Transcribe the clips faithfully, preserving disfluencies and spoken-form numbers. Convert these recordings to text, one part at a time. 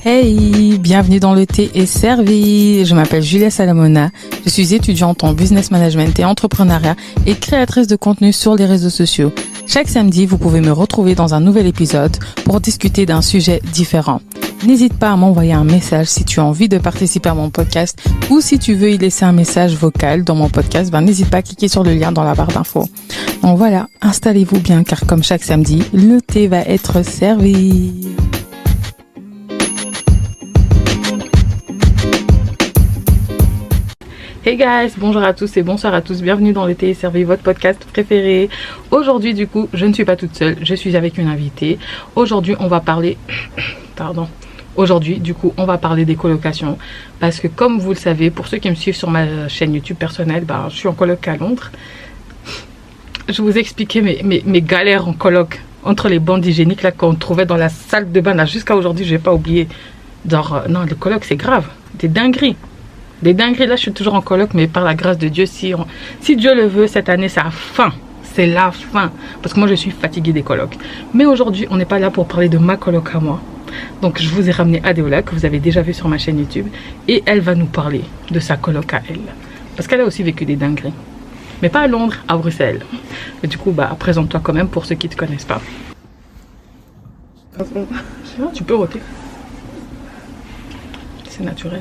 Hey, bienvenue dans Le Thé est servi. Je m'appelle Julia Salamona. Je suis étudiante en business management et entrepreneuriat et créatrice de contenu sur les réseaux sociaux. Chaque samedi, vous pouvez me retrouver dans un nouvel épisode pour discuter d'un sujet différent. N'hésite pas à m'envoyer un message si tu as envie de participer à mon podcast ou si tu veux y laisser un message vocal dans mon podcast, ben n'hésite pas à cliquer sur le lien dans la barre d'infos. Donc voilà, installez-vous bien car comme chaque samedi, le thé va être servi. Hey guys, bonjour à tous et bonsoir à tous, bienvenue dans Le Thé est servi, votre podcast préféré. Aujourd'hui du coup, je ne suis pas toute seule, je suis avec une invitée. Aujourd'hui on va parler... Pardon. Aujourd'hui du coup on va parler des colocations. Parce que comme vous le savez, pour ceux qui me suivent sur ma chaîne YouTube personnelle, bah, je suis en coloc à Londres. Je vous expliquais mes, mes, mes galères en coloc. Entre les bandes hygiéniques là qu'on trouvait dans la salle de bain là, jusqu'à aujourd'hui je n'ai pas oublié. Genre, euh, non le coloc c'est grave, des dingueries. Des dingueries, là je suis toujours en coloc, mais par la grâce de Dieu, si, on, si Dieu le veut, cette année c'est la fin, c'est la fin, parce que moi je suis fatiguée des colocs. Mais aujourd'hui on n'est pas là pour parler de ma coloc à moi, donc je vous ai ramené Adéola, que vous avez déjà vu sur ma chaîne YouTube, et elle va nous parler de sa coloc à elle, parce qu'elle a aussi vécu des dingueries, mais pas à Londres, à Bruxelles. Et du coup, bah présente-toi quand même pour ceux qui ne te connaissent pas. Tu peux roter, c'est naturel.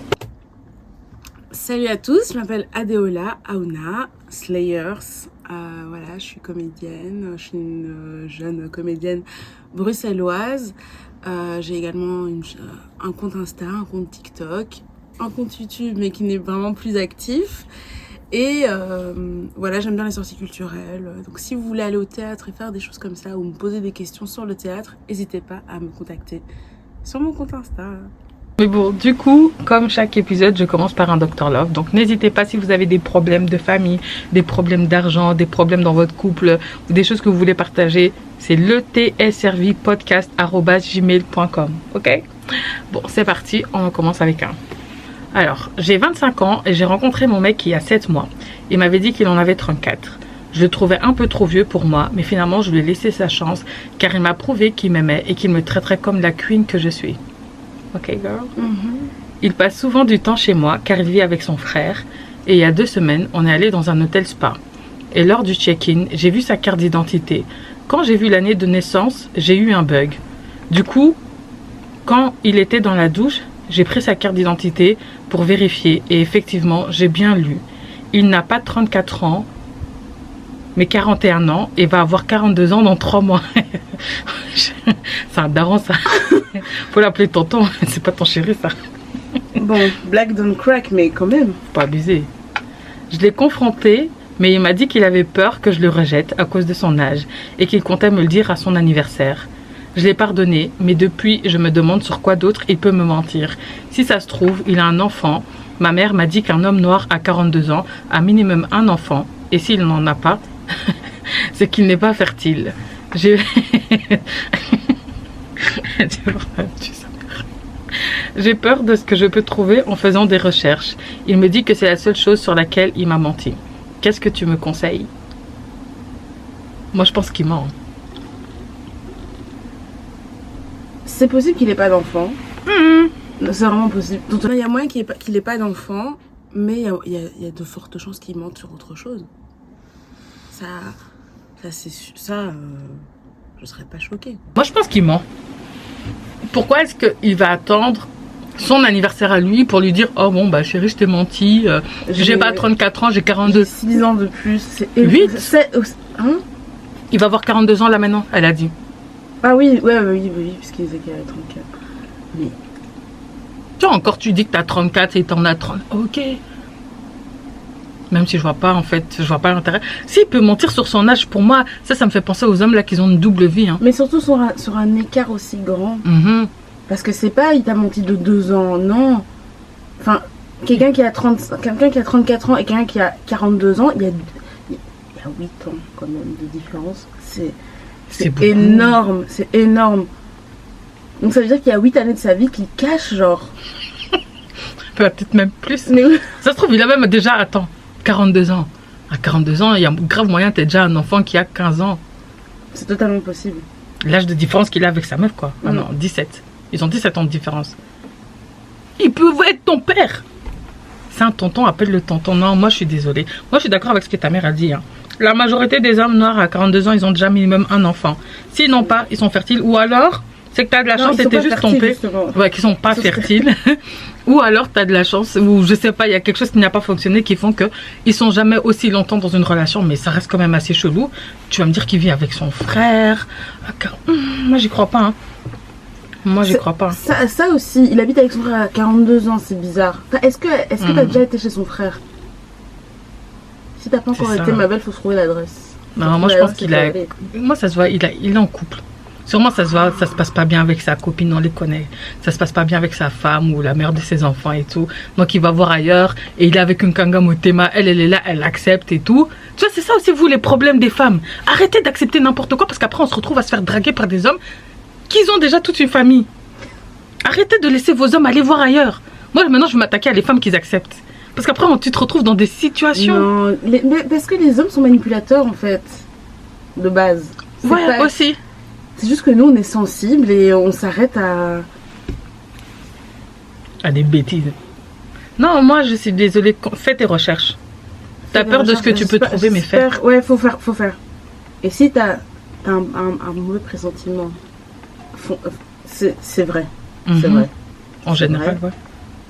Salut à tous, je m'appelle Adéola Aouna Slayers. Euh, voilà, je suis comédienne, je suis une euh, jeune comédienne bruxelloise. Euh, j'ai également une, un compte Insta, un compte TikTok, un compte YouTube mais qui n'est vraiment plus actif. Et euh, voilà, j'aime bien les sorties culturelles. Donc si vous voulez aller au théâtre et faire des choses comme ça ou me poser des questions sur le théâtre, n'hésitez pas à me contacter sur mon compte Insta. Mais bon, du coup, comme chaque épisode, je commence par un docteur Love. Donc, n'hésitez pas si vous avez des problèmes de famille, des problèmes d'argent, des problèmes dans votre couple, ou des choses que vous voulez partager. C'est le thé est servi podcast arobase gmail point com. Ok? Bon, c'est parti. On commence avec un. Alors, j'ai vingt-cinq ans et j'ai rencontré mon mec il y a sept mois. Il m'avait dit qu'il en avait trente-quatre. Je le trouvais un peu trop vieux pour moi, mais finalement, je lui ai laissé sa chance car il m'a prouvé qu'il m'aimait et qu'il me traiterait comme la queen que je suis. Ok girl. Mm-hmm. Il passe souvent du temps chez moi car il vit avec son frère et il y a deux semaines on est allé dans un hôtel spa et lors du check-in j'ai vu sa carte d'identité. Quand j'ai vu l'année de naissance j'ai eu un bug. Du coup quand il était dans la douche j'ai pris sa carte d'identité pour vérifier et effectivement j'ai bien lu. Il n'a pas trente-quatre ans mais quarante et un ans et va avoir quarante-deux ans dans trois mois. C'est un daron ça. Faut l'appeler tonton, c'est pas ton chéri ça. Bon, black don't crack, mais quand même. Faut pas abuser. Je l'ai confronté, mais il m'a dit qu'il avait peur que je le rejette à cause de son âge et qu'il comptait me le dire à son anniversaire. Je l'ai pardonné, mais depuis je me demande sur quoi d'autre il peut me mentir. Si ça se trouve, il a un enfant. Ma mère m'a dit qu'un homme noir à quarante-deux ans a minimum un enfant et s'il n'en a pas, c'est qu'il n'est pas fertile. J'ai... J'ai peur de ce que je peux trouver en faisant des recherches. Il me dit que c'est la seule chose sur laquelle il m'a menti. Qu'est-ce que tu me conseilles? Moi je pense qu'il ment. C'est possible qu'il n'ait pas d'enfant. Mmh. C'est vraiment possible. Donc, il y a moyen qu'il n'ait pas, qu'il ait pas d'enfant, mais il y, a, il, y a, il y a de fortes chances qu'il mente sur autre chose. Ça, ça c'est ça, euh, je serais pas choquée. Moi je pense qu'il ment. Pourquoi est-ce qu'il va attendre son anniversaire à lui pour lui dire oh bon bah chérie je t'ai menti, euh, j'ai pas trente-quatre ans, j'ai quarante-deux. J'ai six ans de plus, c'est huit. Hein? Il va avoir quarante-deux ans là maintenant, elle a dit. Ah oui, ouais, oui, oui, oui, parce qu'il disait qu'il avait trente-quatre. Mais tu vois encore tu dis que t'as trente-quatre et t'en as trente. Ok. Même si je vois pas en fait, je vois pas l'intérêt. S'il peut mentir sur son âge, pour moi, ça, ça me fait penser aux hommes là qui ont une double vie. Hein. Mais surtout sur un, sur un écart aussi grand. Mm-hmm. Parce que c'est pas, il t'a menti de deux ans, non. Enfin, quelqu'un qui a trente, quelqu'un qui a trente-quatre ans et quelqu'un qui a quarante-deux ans, il y a, il y a huit ans quand même de différence. C'est, c'est, c'est énorme, c'est énorme. Donc ça veut dire qu'il y a huit années de sa vie qu'il cache, genre. Peut-être même plus. Mais oui. Ça se trouve, il a même déjà, attends, quarante-deux ans. À quarante-deux ans, il y a grave moyen, t'es déjà un enfant qui a quinze ans. C'est totalement possible. L'âge de différence qu'il a avec sa meuf, quoi. Ah mmh. Non, dix-sept. Ils ont dix-sept ans de différence. Il peut être ton père. C'est un tonton, appelle le tonton. Non, moi je suis désolée. Moi je suis d'accord avec ce que ta mère a dit. Hein. La majorité des hommes noirs à quarante-deux ans, ils ont déjà minimum un enfant. S'ils n'ont pas, ils sont fertiles. Ou alors, c'est que tu as de la chance et tu es juste trompé. Ouais, qu'ils sont pas fertiles. Ou alors tu as de la chance, ou je sais pas, il y a quelque chose qui n'a pas fonctionné qui font qu'ils sont jamais aussi longtemps dans une relation, mais ça reste quand même assez chelou. Tu vas me dire qu'il vit avec son frère. Moi j'y crois pas. Hein. Moi j'y crois pas. Ça, ça aussi, il habite avec son frère à quarante-deux ans, c'est bizarre. Enfin, est-ce que est-ce que mmh. tu as déjà été chez son frère? Si t'as pas encore été, ma belle, faut trouver l'adresse. Non, moi je pense qu'il a. Moi ça se voit, il, a... il est en couple. Sûrement ça se voit, ça se passe pas bien avec sa copine, on les connaît. Ça se passe pas bien avec sa femme ou la mère de ses enfants et tout. Donc il va voir ailleurs et il est avec une Kanga Motema, elle, elle est là, elle accepte et tout. Tu vois, c'est ça aussi vous les problèmes des femmes. Arrêtez d'accepter n'importe quoi parce qu'après on se retrouve à se faire draguer par des hommes qui ont déjà toute une famille. Arrêtez de laisser vos hommes aller voir ailleurs. Moi maintenant je vais m'attaquer à les femmes qui acceptent. Parce qu'après tu te retrouves dans des situations. Non, les, mais parce que les hommes sont manipulateurs en fait. De base. Ouais, pas... aussi. C'est juste que nous, on est sensibles et on s'arrête à... À des bêtises. Non, moi, je suis désolée. Fais tes recherches. T'as peur de ce que tu peux trouver, mais fais. Ouais, faut faire, faut faire. Et si t'as un, un, un mauvais pressentiment, c'est vrai. Mm-hmm. C'est vrai. En général, ouais.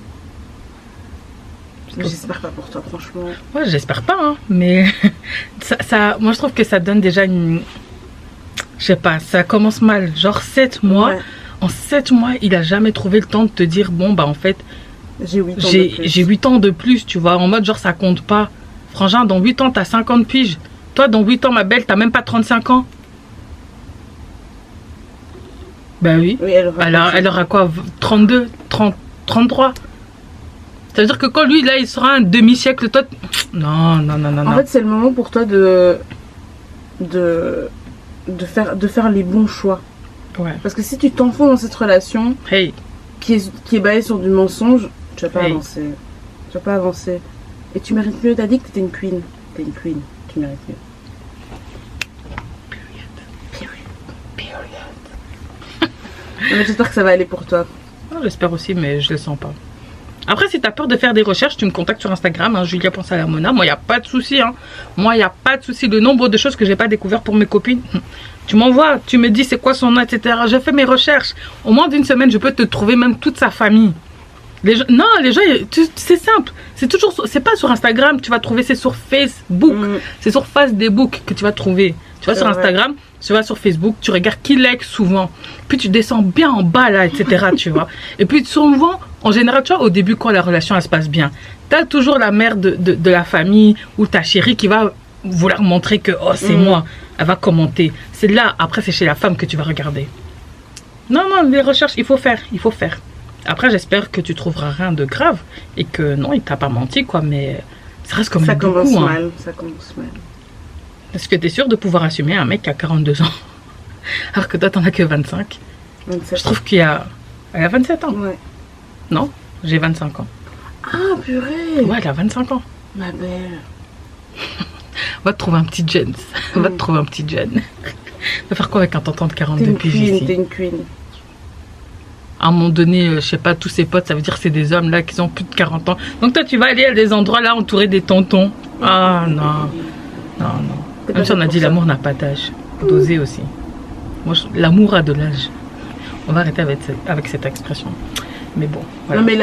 J'espère pas pour toi, franchement. Ouais, j'espère pas, hein. Mais ça, ça, moi, je trouve que ça donne déjà une... Je sais pas, ça commence mal. Genre sept mois. Ouais. En sept mois, il a jamais trouvé le temps de te dire, bon, bah en fait, j'ai huit ans de plus. J'ai huit ans de plus, tu vois. En mode, genre, ça compte pas. Frangin, dans huit ans, t'as cinquante piges. Toi, dans huit ans, ma belle, t'as même pas trente-cinq ans. Ben oui. Oui, elle aura, elle, a, elle aura quoi, trente-deux, trente, trente-trois. Ça veut dire que quand lui, là, il sera un demi-siècle, toi... Non, non, non, non. En non. fait, c'est le moment pour toi de... de... De faire, de faire les bons choix. Ouais. Parce que si tu t'enfonces dans cette relation hey. qui, est, qui est basée sur du mensonge, tu vas pas hey. avancer. Tu vas pas avancer. Et tu mérites mieux. T'as dit que t'étais une queen. T'es une queen. Tu mérites mieux. Period. Period. Period. J'espère que ça va aller pour toi. J'espère aussi, mais je le sens pas. Après, si tu as peur de faire des recherches, tu me contactes sur Instagram, hein, Julia Pense à la Mona. Moi, il n'y a pas de souci. Hein. Moi, il n'y a pas de souci. Le nombre de choses que je n'ai pas découvert pour mes copines, tu m'envoies, tu me dis c'est quoi son nom, et cetera. Je fais mes recherches. Au moins d'une semaine, je peux te trouver même toute sa famille. Les gens, non, les gens, c'est simple. C'est toujours, c'est pas sur Instagram, tu vas trouver, c'est sur Facebook. Mmh. C'est sur Facebook que tu vas trouver. Tu vas sur Instagram, vrai. Tu vas sur Facebook, tu regardes qui like souvent. Puis tu descends bien en bas là, et cetera. Tu vois. Et puis souvent, en général, tu vois, au début, quand la relation elle se passe bien, tu as toujours la mère de, de, de la famille ou ta chérie qui va vouloir montrer que oh, c'est mmh. moi. Elle va commenter. C'est là, après, c'est chez la femme que tu vas regarder. Non, non, les recherches, il faut faire. Il faut faire. Après, j'espère que tu trouveras rien de grave et que non, il t'a pas menti, quoi. Mais ça reste comme ça beaucoup, commence hein. mal. Ça commence mal. Est-ce que tu es sûr de pouvoir assumer un mec qui a quarante-deux ans alors que toi, t'en as que vingt-cinq? vingt-sept. Je trouve qu'il y a... Elle a vingt-sept ans. Ouais. Non, j'ai vingt-cinq ans. Ah, purée. Ouais, elle a vingt-cinq ans. Ma belle. On va te trouver un petit Jen. On va te trouver un petit Jen. On va faire quoi avec un tonton de quarante-deux piges ici? T'es une queen. À un moment donné, euh, je sais pas, tous ses potes, ça veut dire que c'est des hommes là qui ont plus de quarante ans. Donc toi, tu vas aller à des endroits là entourés des tontons. Ah non. Non, non. Même si on a dit l'amour n'a pas d'âge. Doser aussi. Moi, je... l'amour a de l'âge. On va arrêter avec, avec cette expression. Mais bon, voilà. Non, mais là,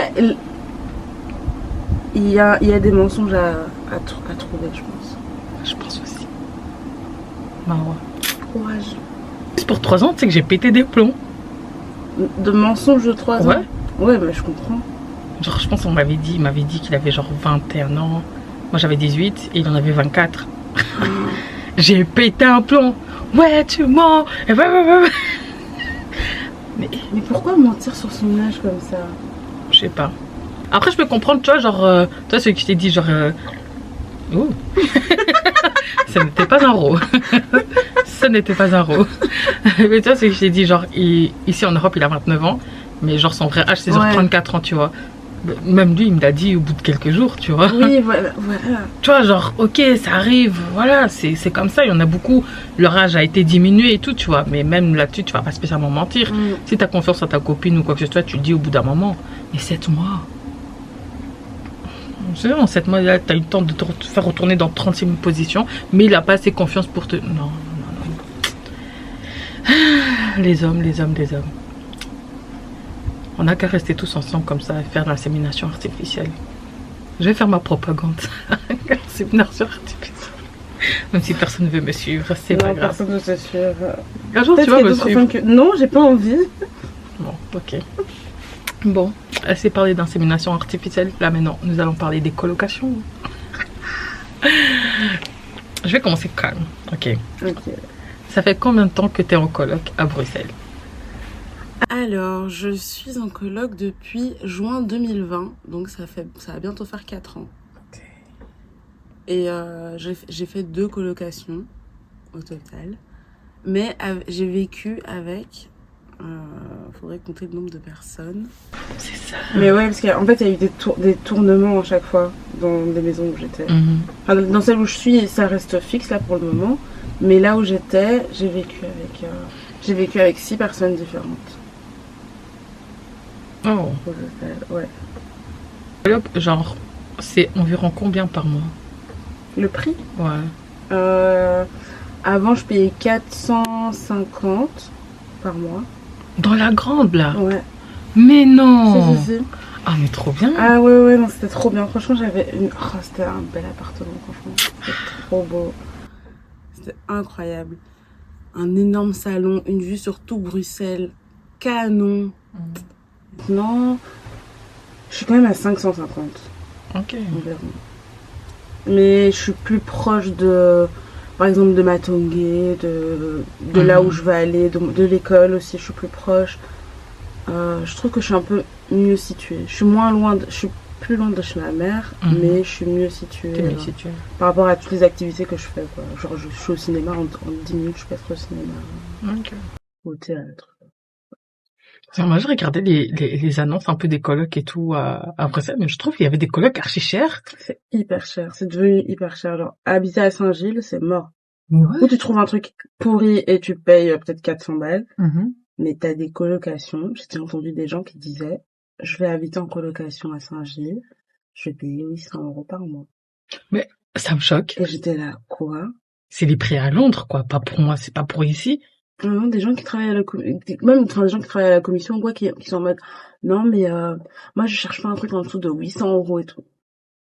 il y a, il y a des mensonges à, à, à trouver, je pense. Je pense aussi. Bah ouais. Courage. C'est pour trois ans, tu sais que j'ai pété des plombs. De mensonges de trois ans? Ouais. Ouais, mais je comprends. Genre, je pense qu'on m'avait dit, il m'avait dit qu'il avait genre vingt et un ans. Moi, j'avais dix-huit et il en avait vingt-quatre. Ah. J'ai pété un plomb. Ouais, tu mens. Et ouais, ouais, ouais. Mais... mais pourquoi mentir sur son âge comme ça? Je sais pas. Après, je peux comprendre, tu vois, genre, euh, toi, ce que je t'ai dit, genre. Euh... Ouh. Ça n'était pas un ro. Ça n'était pas un ro. Mais tu vois, ce que je t'ai dit, genre, il... ici en Europe, il a vingt-neuf ans. Mais genre, son vrai âge, c'est genre ouais. trente-quatre ans, tu vois. Même lui, il me l'a dit au bout de quelques jours, tu vois. Oui, voilà, voilà. Tu vois, genre, ok, ça arrive, voilà, c'est c'est comme ça. Il y en a beaucoup, leur âge a été diminué et tout, tu vois. Mais même là-dessus, tu vas pas spécialement mentir. Mm. Si tu as confiance en ta copine ou quoi que ce soit, tu le dis au bout d'un moment. Mais sept mois. C'est vrai, en sept mois, là, tu as eu le temps de te faire retourner dans trente-six mille positions, mais il a pas assez confiance pour te. Non, non, non. Les hommes, les hommes, les hommes. On n'a qu'à rester tous ensemble comme ça et faire de l'insémination artificielle. Je vais faire ma propagande. Insémination artificielle. Même si personne ne veut me suivre, c'est pas grave. Personne ne se suivre. Un jour, tu vas me suivre. Que... Non, j'ai pas envie. Bon, ok. Bon, assez parlé d'insémination artificielle. Là maintenant, nous allons parler des colocations. Je vais commencer calme. Ok. Ok. Ça fait combien de temps que tu es en coloc à Bruxelles? Alors, je suis en coloc depuis juin deux mille vingt, donc ça fait, ça va bientôt faire quatre ans. Ok. Et euh, j'ai fait deux colocations au total, mais j'ai vécu avec, il euh, faudrait compter le nombre de personnes. C'est ça. Mais ouais, parce qu'en fait, il y a eu des, tour des tournements à chaque fois dans des maisons où j'étais. Mm-hmm. Enfin, dans celle où je suis, ça reste fixe là pour le moment, mais là où j'étais, j'ai vécu avec, euh, j'ai vécu avec six personnes différentes. Oh. Ouais. Genre, c'est environ combien par mois? Le prix? Ouais. Euh, avant, je payais quatre cent cinquante par mois. Dans la grande, là? Ouais. Mais non! Si, si, si. Ah, mais trop bien! Ah, ouais, ouais, non, c'était trop bien. Franchement, j'avais une. Oh, c'était un bel appartement, franchement. C'était trop beau. C'était incroyable. Un énorme salon, une vue sur tout Bruxelles. Canon. Mmh. Non, je suis quand même à cinq cent cinquante. Ok. Environ. Mais je suis plus proche de, par exemple, de Matongué, de, de mmh. là où je vais aller, de, de l'école aussi, je suis plus proche. Euh, je trouve que je suis un peu mieux située. Je suis moins loin, de, je suis plus loin de chez ma mère, mmh. mais je suis mieux située. T'es mieux située. Par rapport à toutes les activités que je fais, quoi. Genre, je suis au cinéma, en, en dix minutes, je passe au cinéma. Ok. Au théâtre. Moi, je regardais les, les, les annonces un peu des colocs et tout à, à Bruxelles, mais je trouve qu'il y avait des colocs archi chers. C'est hyper cher, c'est devenu hyper cher. Genre, habiter à Saint-Gilles, c'est mort. Ouais. Ou tu trouves un truc pourri et tu payes euh, peut-être quatre cents balles, mm-hmm. mais t'as des colocations. J'ai entendu des gens qui disaient, je vais habiter en colocation à Saint-Gilles, je vais payer huit cents euros par mois. Mais ça me choque. Et j'étais là, quoi? C'est les prix à Londres, quoi. Pas pour moi, c'est pas pour ici. Non, des gens qui travaillent à la commission, même enfin, des gens qui travaillent à la commission, quoi, qui, qui sont en mode, non, mais euh, moi, je cherche pas un truc en dessous de huit cents euros et tout.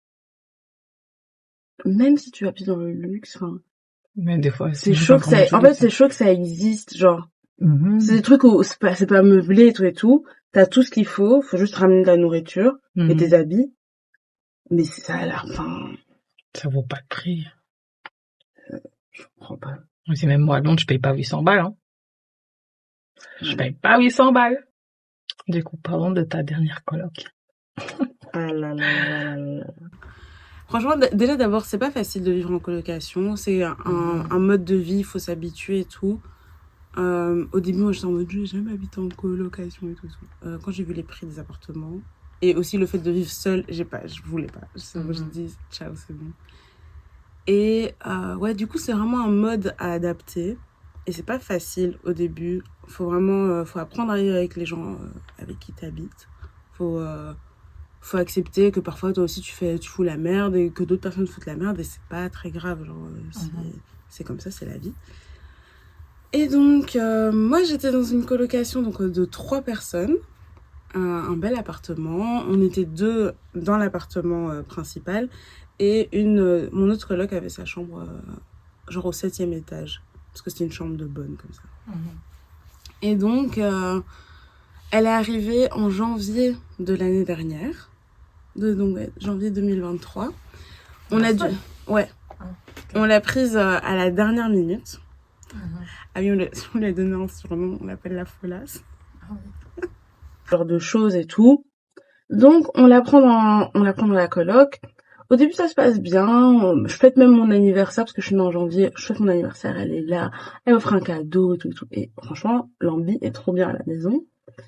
Même si tu habites dans le luxe, enfin. Mais des fois, c'est chaud que ça, en fait, c'est chaud que ça existe, genre. Mm-hmm. C'est des trucs où c'est pas, c'est pas meublé et tout et tout. T'as tout ce qu'il faut, faut juste ramener de la nourriture mm-hmm. et tes habits. Mais ça a l'air, enfin. Ça vaut pas le prix. Euh, je comprends pas. C'est même moi à Londres, je paye pas huit cents balles, hein. Je paye pas huit cents balles. Du coup, parlons de ta dernière coloc. Ah là là là là là. Franchement, déjà d'abord, c'est pas facile de vivre en colocation. C'est un, mmh. un mode de vie, il faut s'habituer et tout. Euh, au début, moi, j'étais en mode, je vais jamais habiter en colocation et tout. tout. Euh, quand j'ai vu les prix des appartements et aussi le fait de vivre seule, j'ai pas, je voulais pas. Je me mmh. dis, ciao, c'est bon. Et euh, ouais, du coup, c'est vraiment un mode à adapter. Et c'est pas facile au début. Faut vraiment, euh, faut apprendre à vivre avec les gens euh, avec qui t'habites. Faut, euh, faut accepter que parfois toi aussi tu fais, tu fous la merde et que d'autres personnes foutent la merde et c'est pas très grave. Genre, c'est, mm-hmm. c'est comme ça, c'est la vie. Et donc, euh, moi j'étais dans une colocation donc de trois personnes, un, un bel appartement. On était deux dans l'appartement euh, principal et une, euh, mon autre coloc avait sa chambre euh, genre au septième étage. Parce que c'était une chambre de bonne, comme ça. Mmh. Et donc, euh, elle est arrivée en janvier de l'année dernière. De, donc, ouais, janvier deux mille vingt-trois. On a dû... Ouais. Ah, okay. On l'a prise euh, à la dernière minute. Mmh. Ah oui, on lui a donné un surnom, on l'appelle la Folasse. Ah, oui. Genre de choses et tout. Donc, on la prend dans, on la prend dans la coloc. Au début, ça se passe bien. Je fête même mon anniversaire parce que je suis née en janvier. Je fête mon anniversaire, elle est là. Elle offre un cadeau et tout et tout. Et franchement, l'ambi est trop bien à la maison.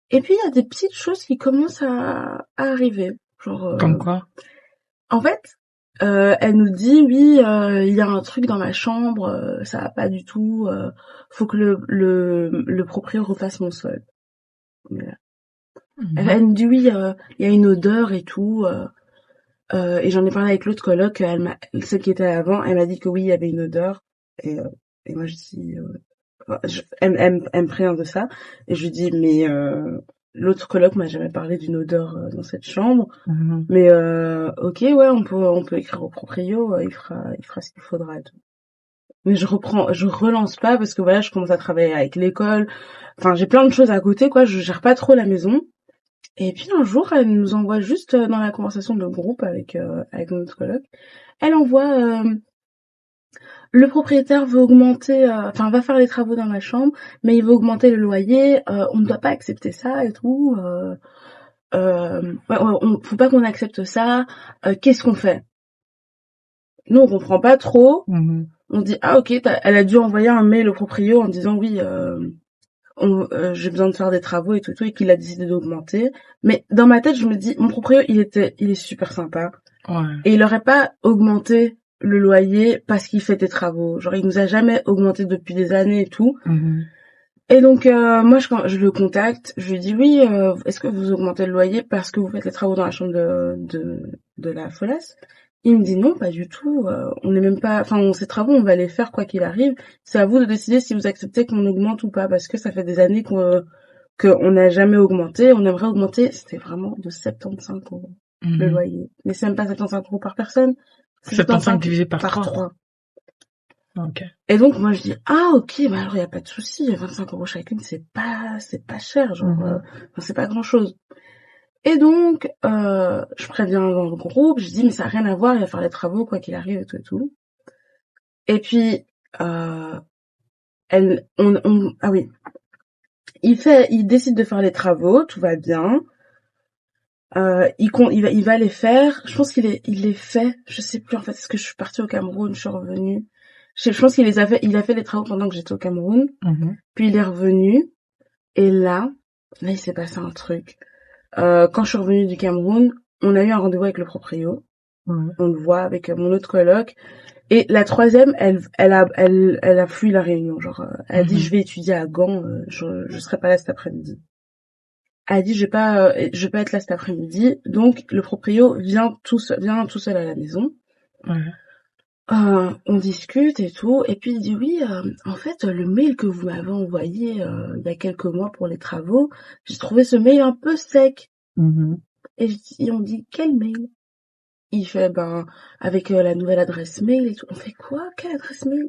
Et puis, il y a des petites choses qui commencent à, à arriver. Genre, euh, Comme quoi? En fait, euh, elle nous dit, oui, euh, il y a un truc dans ma chambre, euh, ça va pas du tout, euh, faut que le, le, le propriétaire refasse mon sol. Voilà. Mhm. Elle, elle nous dit, oui, euh, il y a une odeur et tout, euh, euh, et j'en ai parlé avec l'autre coloc, elle m'a, celle qui était avant, elle m'a dit que oui, il y avait une odeur, et, euh, et moi je dis, euh, je, elle, elle, elle me prévient de ça, et je lui dis, mais euh, l'autre coloc m'a jamais parlé d'une odeur euh, dans cette chambre, Mhm. mais euh, ok, ouais, on peut, on peut écrire au proprio, euh, il fera, il fera ce qu'il faudra et tout. Mais je reprends, je relance pas parce que voilà, je commence à travailler avec l'école, enfin j'ai plein de choses à côté, quoi, je gère pas trop la maison. Et puis un jour, elle nous envoie juste euh, dans la conversation de groupe avec euh, avec notre coloc, elle envoie euh, le propriétaire veut augmenter, euh, enfin va faire les travaux dans ma chambre, mais il veut augmenter le loyer, euh, on ne doit pas accepter ça et tout. Euh, euh, ouais, ouais, on, faut pas qu'on accepte ça. Euh, qu'est-ce qu'on fait? Nous on comprend pas trop. Mhm. On dit ah ok, t'as- elle a dû envoyer un mail au proprio en disant oui. Euh, on- euh, j'ai besoin de faire des travaux et tout, tout et qu'il a décidé d'augmenter. Mais dans ma tête, je me dis, mon proprio, il était, il est super sympa. Ouais. Et il aurait pas augmenté le loyer parce qu'il fait des travaux. Genre, il nous a jamais augmenté depuis des années et tout. Mhm. Et donc, euh, moi, je, quand je le contacte, je lui dis, oui, euh, est-ce que vous augmentez le loyer parce que vous faites les travaux dans la chambre de, de, de la Folasse? Il me dit non, pas du tout. Euh, on n'est même pas, enfin, ces travaux, on va les faire quoi qu'il arrive. C'est à vous de décider si vous acceptez qu'on augmente ou pas, parce que ça fait des années qu'on qu'on n'a jamais augmenté. On aimerait augmenter. C'était vraiment de soixante-quinze euros le Mhm. loyer. Mais c'est même pas soixante-quinze euros par personne. C'est soixante-quinze divisé par par trois. trois. Ok. Et donc moi je dis ah ok, bah alors il y a pas de souci, vingt-cinq euros chacune, c'est pas c'est pas cher, genre Mhm. euh, enfin, c'est pas grand chose. Et donc, euh, je préviens dans le groupe, je dis, mais ça n'a rien à voir, il va faire les travaux, quoi qu'il arrive, et tout et tout. Et puis, euh, elle, on, on, ah oui, il fait, il décide de faire les travaux, tout va bien. Euh, il, con, il, va, il va les faire. Je pense qu'il est, il les fait. Je sais plus en fait. Est-ce que je suis partie au Cameroun, je suis revenue. Je, je pense qu'il les a fait. Il a fait les travaux pendant que j'étais au Cameroun. Mhm. Puis il est revenu. Et là, là, il s'est passé un truc. Euh, quand je suis revenue du Cameroun, on a eu un rendez-vous avec le proprio. Mhm. On le voit avec mon autre coloc. Et la troisième, elle, elle a, elle, elle a fui la réunion. Genre, euh, elle a dit, Mhm. je vais étudier à Gand. Euh, je, je serai pas là cet après-midi. Elle a dit, je vais pas, euh, je vais pas être là cet après-midi. Donc, le proprio vient tout seul, vient tout seul à la maison. Ouais. Euh, on discute et tout. Et puis, il dit, oui, euh, en fait, le mail que vous m'avez envoyé euh, il y a quelques mois pour les travaux, j'ai trouvé ce mail un peu sec. Mhm. Et, je dis- et on dit, quel mail? Il fait, ben, avec euh, la nouvelle adresse mail et tout. On fait quoi? Quelle adresse mail?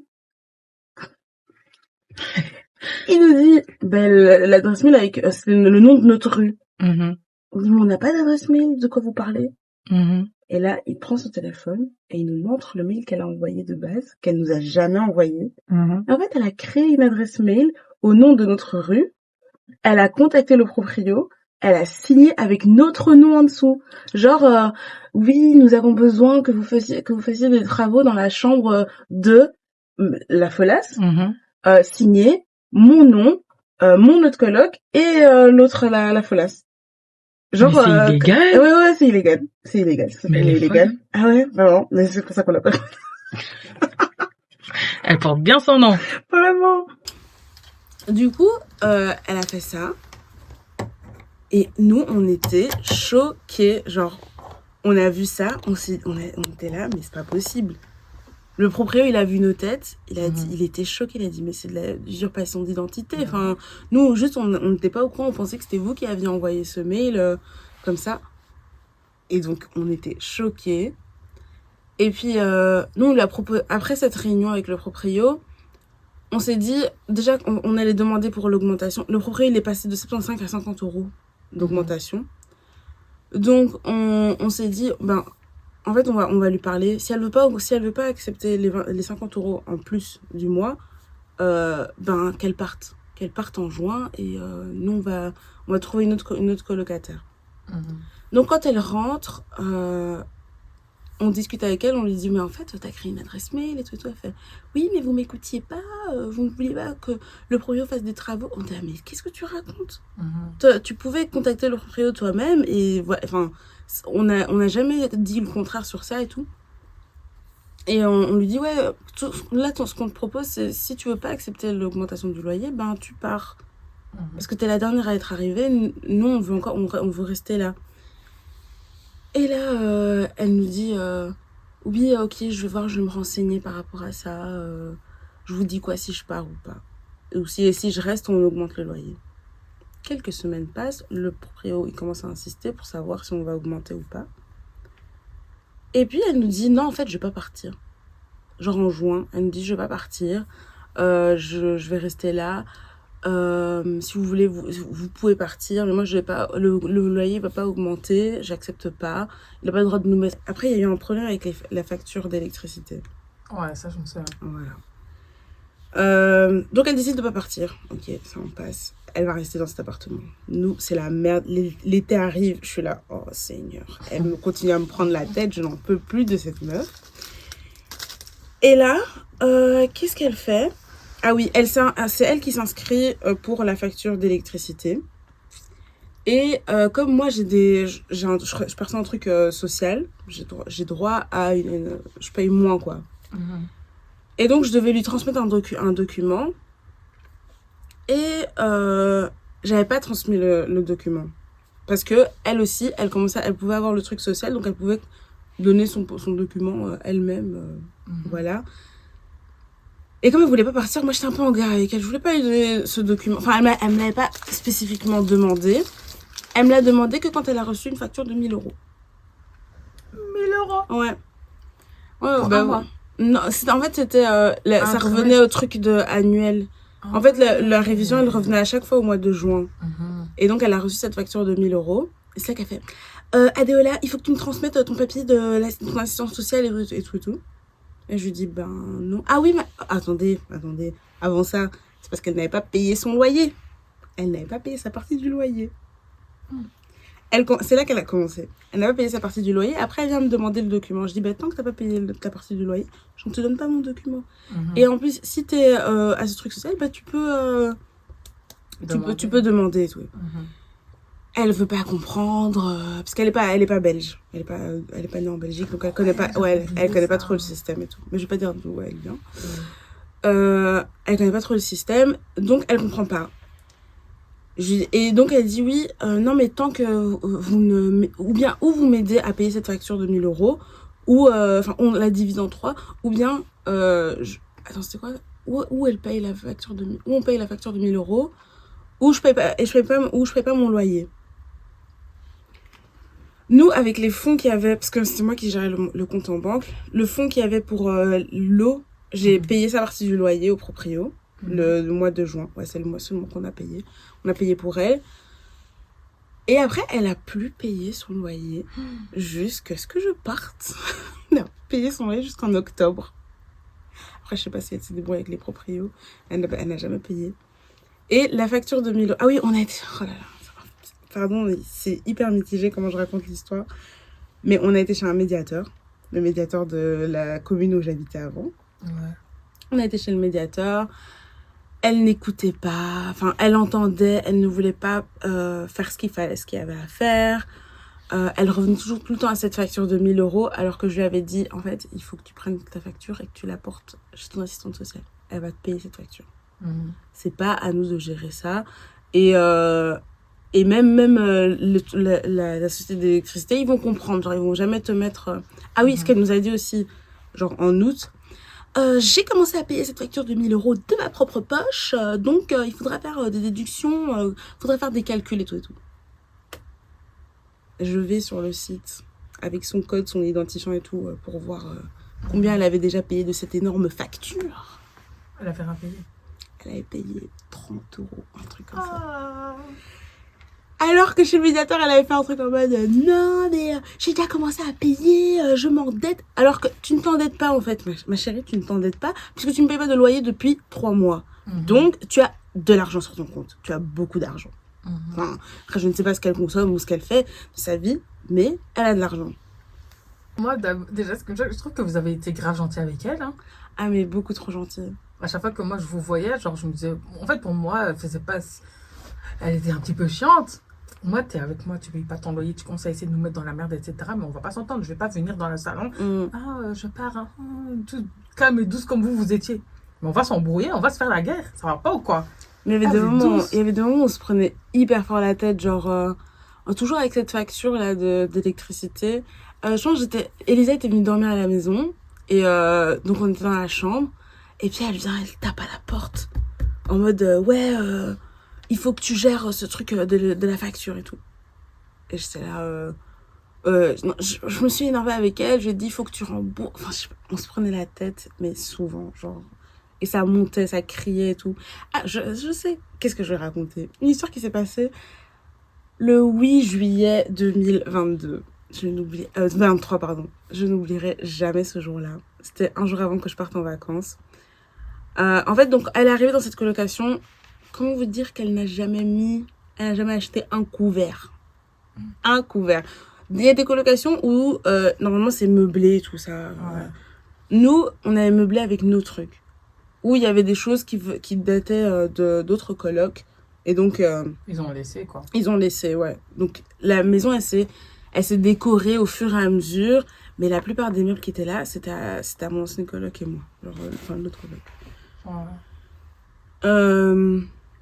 Il nous dit, ben, l'adresse mail avec, euh, c'est le nom de notre rue. Mhm. On dit, mais on n'a pas d'adresse mail, de quoi vous parlez? Mhm. Et là, il prend son téléphone et il nous montre le mail qu'elle a envoyé de base, qu'elle nous a jamais envoyé. Mhm. En fait, elle a créé une adresse mail au nom de notre rue. Elle a contacté le proprio. Elle a signé avec notre nom en dessous. Genre, euh, oui, nous avons besoin que vous fassiez, que vous fassiez des travaux dans la chambre de euh, la Folasse. Mhm. Euh, signé mon nom, euh, mon autre coloc et euh, l'autre la, la Folasse. Genre, Mais c'est euh, illégal. Ouais, ouais, c'est illégal. C'est illégal. Ça Mais s'appelle elle est illégal. folle. Ah ouais, vraiment. Mais c'est pour ça qu'on l'a pas. Elle porte bien son nom. Vraiment. Du coup, euh, elle a fait ça. Et nous, on était choqués. Genre, on a vu ça, on, s'est, on, a, on était là, mais c'est pas possible. Le proprio, il a vu nos têtes, il a dit, Mhm. il était choqué, il a dit, mais c'est de la usurpation d'identité. Enfin, nous, juste, on on n'était pas au courant, on pensait que c'était vous qui aviez envoyé ce mail, euh, comme ça. Et donc, on était choqués. Et puis, euh, nous, on lui a proposé, après cette réunion avec le proprio, on s'est dit, déjà, on, on allait demander pour l'augmentation. Le proprio, il est passé de soixante-quinze à cinquante euros d'augmentation. Donc, on, on s'est dit, ben, en fait, on va, on va lui parler. Si elle veut pas, si elle veut pas accepter les, vingt, les cinquante euros en plus du mois, euh, ben, qu'elle parte. Qu'elle parte en juin et euh, nous, on va, on va trouver une autre, une autre colocataire. Mhm. Donc, quand elle rentre, euh, on discute avec elle, on lui dit, mais en fait, t'as créé une adresse mail et tout, et tout. Elle fait, oui, mais vous m'écoutiez pas, euh, vous ne vouliez pas que le proprio fasse des travaux. On dit, ah, mais qu'est-ce que tu racontes? Mm-hmm. Toi, tu pouvais contacter le proprio toi-même et voilà, enfin, on n'a on a jamais dit le contraire sur ça et tout. Et on, on lui dit, ouais, tout, là, ce qu'on te propose, c'est si tu veux pas accepter l'augmentation du loyer, ben, tu pars. Mm-hmm. Parce que t'es la dernière à être arrivée, nous, on veut encore, on, on veut rester là. Et là, euh, elle nous dit, euh, oui, ok, je vais voir, je vais me renseigner par rapport à ça. Euh, je vous dis quoi si je pars ou pas. Ou si, si je reste, on augmente le loyer. Quelques semaines passent, le proprio, il commence à insister pour savoir si on va augmenter ou pas. Et puis, elle nous dit, non, en fait, je vais pas partir. Genre en juin, elle nous dit, je vais pas partir. Euh, je, je vais rester là. Euh, si vous voulez, vous, vous pouvez partir, mais moi, je vais pas, le, le loyer va pas augmenter, j'accepte pas. Il n'a pas le droit de nous mettre. Après, il y a eu un problème avec les, la facture d'électricité. Ouais, ça, je me souviens. Voilà. Euh, donc, elle décide de pas partir. Ok, ça en passe. Elle va rester dans cet appartement. Nous, c'est la merde. L'été arrive, je suis là, oh Seigneur. Elle me continue à me prendre la tête, je n'en peux plus de cette meuf. Et là, euh, qu'est-ce qu'elle fait? Ah oui, elle, c'est elle qui s'inscrit pour la facture d'électricité. Et euh, comme moi, j'ai des, j'ai un, je, je perçois un truc euh, social, j'ai droit, j'ai droit à une, une... Je paye moins, quoi. Mmh. Et donc, je devais lui transmettre un, docu, un document. Et euh, j'avais pas transmis le, le document. Parce que elle aussi, elle commençait, elle pouvait avoir le truc social, donc elle pouvait donner son, son document euh, elle-même. Euh, mmh. Voilà. Et comme elle voulait pas partir, moi j'étais un peu en guerre avec elle. Je voulais pas lui donner ce document. Enfin, elle, elle me l'avait pas spécifiquement demandé. Elle me l'a demandé que quand elle a reçu une facture de mille euros. mille euros? Ouais. Ouais, pour bah, un mois. Non, en fait, c'était. Euh, la, ça revenait au truc de annuel. Oh, en fait, la, la révision, elle revenait à chaque fois au mois de juin. Mm-hmm. Et donc, elle a reçu cette facture de mille euros. Et c'est là qu'elle fait euh, Adéola, il faut que tu me transmettes ton papier de la, ton assistance sociale et tout et tout. Et tout. Et je lui dis, ben non. Ah oui, mais attendez, attendez. Avant ça, c'est parce qu'elle n'avait pas payé son loyer. Elle n'avait pas payé sa partie du loyer. Mm. Elle, c'est là qu'elle a commencé. Elle n'a pas payé sa partie du loyer. Après, elle vient me demander le document. Je dis, ben tant que tu n'as pas payé le, ta partie du loyer, je ne te donne pas mon document. Mm-hmm. Et en plus, si tu es euh, à ce truc social, ben, tu, peux, euh, tu, peux, tu peux demander et tout. Mm-hmm. Elle veut pas comprendre euh, parce qu'elle est pas elle est pas belge, elle est pas elle est pas née en Belgique, donc elle connaît pas ouais elle, elle connaît pas trop le système et tout, mais je vais pas dire d'où elle vient. Euh, elle connaît pas trop le système, donc elle comprend pas. Je, et donc elle dit oui euh, non mais tant que vous ne ou bien ou vous m'aidez à payer cette facture de mille euros ou enfin euh, on la divise en trois ou bien euh, je, attends c'était quoi où, où elle paye la facture de où on paye la facture de mille euros ou je paye pas et je paye pas ou je paye pas mon loyer. Nous, avec les fonds qu'il y avait, parce que c'était moi qui gérais le, le compte en banque, le fonds qu'il y avait pour euh, l'eau, j'ai mmh. payé sa partie du loyer au proprio, mmh. le, le mois de juin. Ouais, c'est le mois seulement qu'on a payé. On a payé pour elle. Et après, elle a plus payé son loyer mmh. jusqu'à ce que je parte. Elle a payé son loyer jusqu'en octobre. Après, je sais pas si elle s'est débrouillée avec les proprios. Elle n'a, elle n'a jamais payé. Et la facture de mille euros. Ah oui, on a été... Oh là là. Pardon, c'est hyper mitigé comment je raconte l'histoire. Mais on a été chez un médiateur, le médiateur de la commune où j'habitais avant. Ouais. On a été chez le médiateur. Elle n'écoutait pas, enfin, elle entendait, elle ne voulait pas euh, faire ce qu'il fallait, ce qu'il y avait à faire. Euh, elle revenait toujours tout le temps à cette facture de mille euros, alors que je lui avais dit, en fait, il faut que tu prennes ta facture et que tu la portes chez ton assistante sociale. Elle va te payer cette facture. Mmh. C'est pas à nous de gérer ça. Et... Euh, Et même, même euh, le, la, la, la société d'électricité, ils vont comprendre. Genre, ils vont jamais te mettre... Euh... Ah oui, mmh. ce qu'elle nous a dit aussi, genre en août. Euh, j'ai commencé à payer cette facture de mille euros de ma propre poche. Euh, donc, euh, il faudra faire euh, des déductions. Il euh, faudra faire des calculs et tout et tout. Je vais sur le site avec son code, son identifiant et tout euh, pour voir euh, combien elle avait déjà payé de cette énorme facture. Elle a fait un payé. Elle avait payé trente euros, un truc comme ah. ça. Alors que chez le médiateur, elle avait fait un truc en mode euh, non, mais euh, j'ai déjà commencé à payer, euh, je m'endette. Alors que tu ne t'endettes pas en fait, ma, ma chérie, tu ne t'endettes pas, puisque tu ne payes pas de loyer depuis trois mois. Mmh. Donc, tu as de l'argent sur ton compte. Tu as beaucoup d'argent. Mmh. Enfin, après, je ne sais pas ce qu'elle consomme ou ce qu'elle fait de sa vie, mais elle a de l'argent. Moi, déjà, je trouve que vous avez été grave gentil avec elle. Hein. Ah, mais beaucoup trop gentil. À chaque fois que moi, je vous voyais, genre, je me disais... En fait, pour moi, elle faisait pas... Elle était un petit peu chiante. Moi, t'es avec moi, tu payes pas ton loyer, tu commences à essayer de nous mettre dans la merde, et cetera. Mais on va pas s'entendre. Je vais pas venir dans le salon. Mm. Ah, euh, je pars, hein, tout calme et douce comme vous, vous étiez. Mais on va s'embrouiller, on va se faire la guerre. Ça va pas ou quoi? Mais il y avait, ah, des, moments, il y avait des moments où on se prenait hyper fort la tête, genre... Euh, toujours avec cette facture-là d'électricité. Euh, je pense que j'étais... Elisa était venue dormir à la maison. Et euh, donc, on était dans la chambre. Et puis, elle vient, elle tape à la porte. En mode, euh, ouais, euh, il faut que tu gères ce truc de, de la facture et tout. Et j'étais là... Euh, euh, non, je, je me suis énervée avec elle. Je lui ai dit, il faut que tu rembourses. Enfin, je, on se prenait la tête, mais souvent, genre... Et ça montait, ça criait et tout. Ah, je, je sais. Qu'est-ce que je vais raconter? Une histoire qui s'est passée le huit juillet deux mille vingt-deux. Je n'oublie... Euh, vingt-trois, pardon. Je n'oublierai jamais ce jour-là. C'était un jour avant que je parte en vacances. Euh, en fait, donc, elle est arrivée dans cette colocation. Comment vous dire qu'elle n'a jamais mis... Elle n'a jamais acheté un couvert. Un couvert. Il y a des colocations où, euh, normalement, c'est meublé, tout ça. Ouais. Nous, on avait meublé avec nos trucs. Où il y avait des choses qui, qui dataient euh, de, d'autres colocs. Et donc... Euh, ils ont laissé, quoi. Ils ont laissé, ouais. Donc, la maison, elle s'est, elle s'est décorée au fur et à mesure. Mais la plupart des meubles qui étaient là, c'était à, c'était à mon ancien coloc et moi. Genre, euh, enfin, l'autre coloc. Ouais. Euh,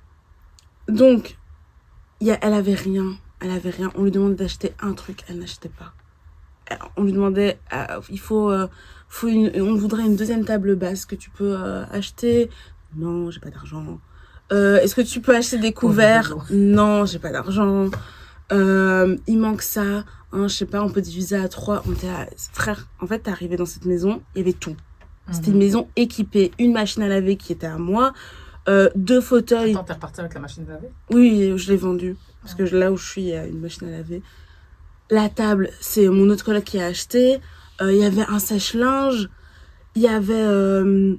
donc, y a, elle avait rien. Elle avait rien. On lui demandait d'acheter un truc. Elle n'achetait pas. On lui demandait... Euh, il faut... Euh, faut une, on voudrait une deuxième table basse que tu peux euh, acheter. Non, j'ai pas d'argent. Euh, est-ce que tu peux acheter des couverts? Non, j'ai pas d'argent. Euh, il manque ça. Hein, je sais pas, on peut diviser à trois. On était à... Frère, en fait, t'es arrivé dans cette maison, il y avait tout. Mm-hmm. C'était une maison équipée. Une machine à laver qui était à moi. Euh, deux fauteuils. Attends, t'es reparti avec la machine à laver? Oui, je l'ai vendue. Parce que là où je suis, il y a une machine à laver. La table, c'est mon autre collègue qui a acheté. Il euh, y avait un sèche-linge. Il y avait... Euh,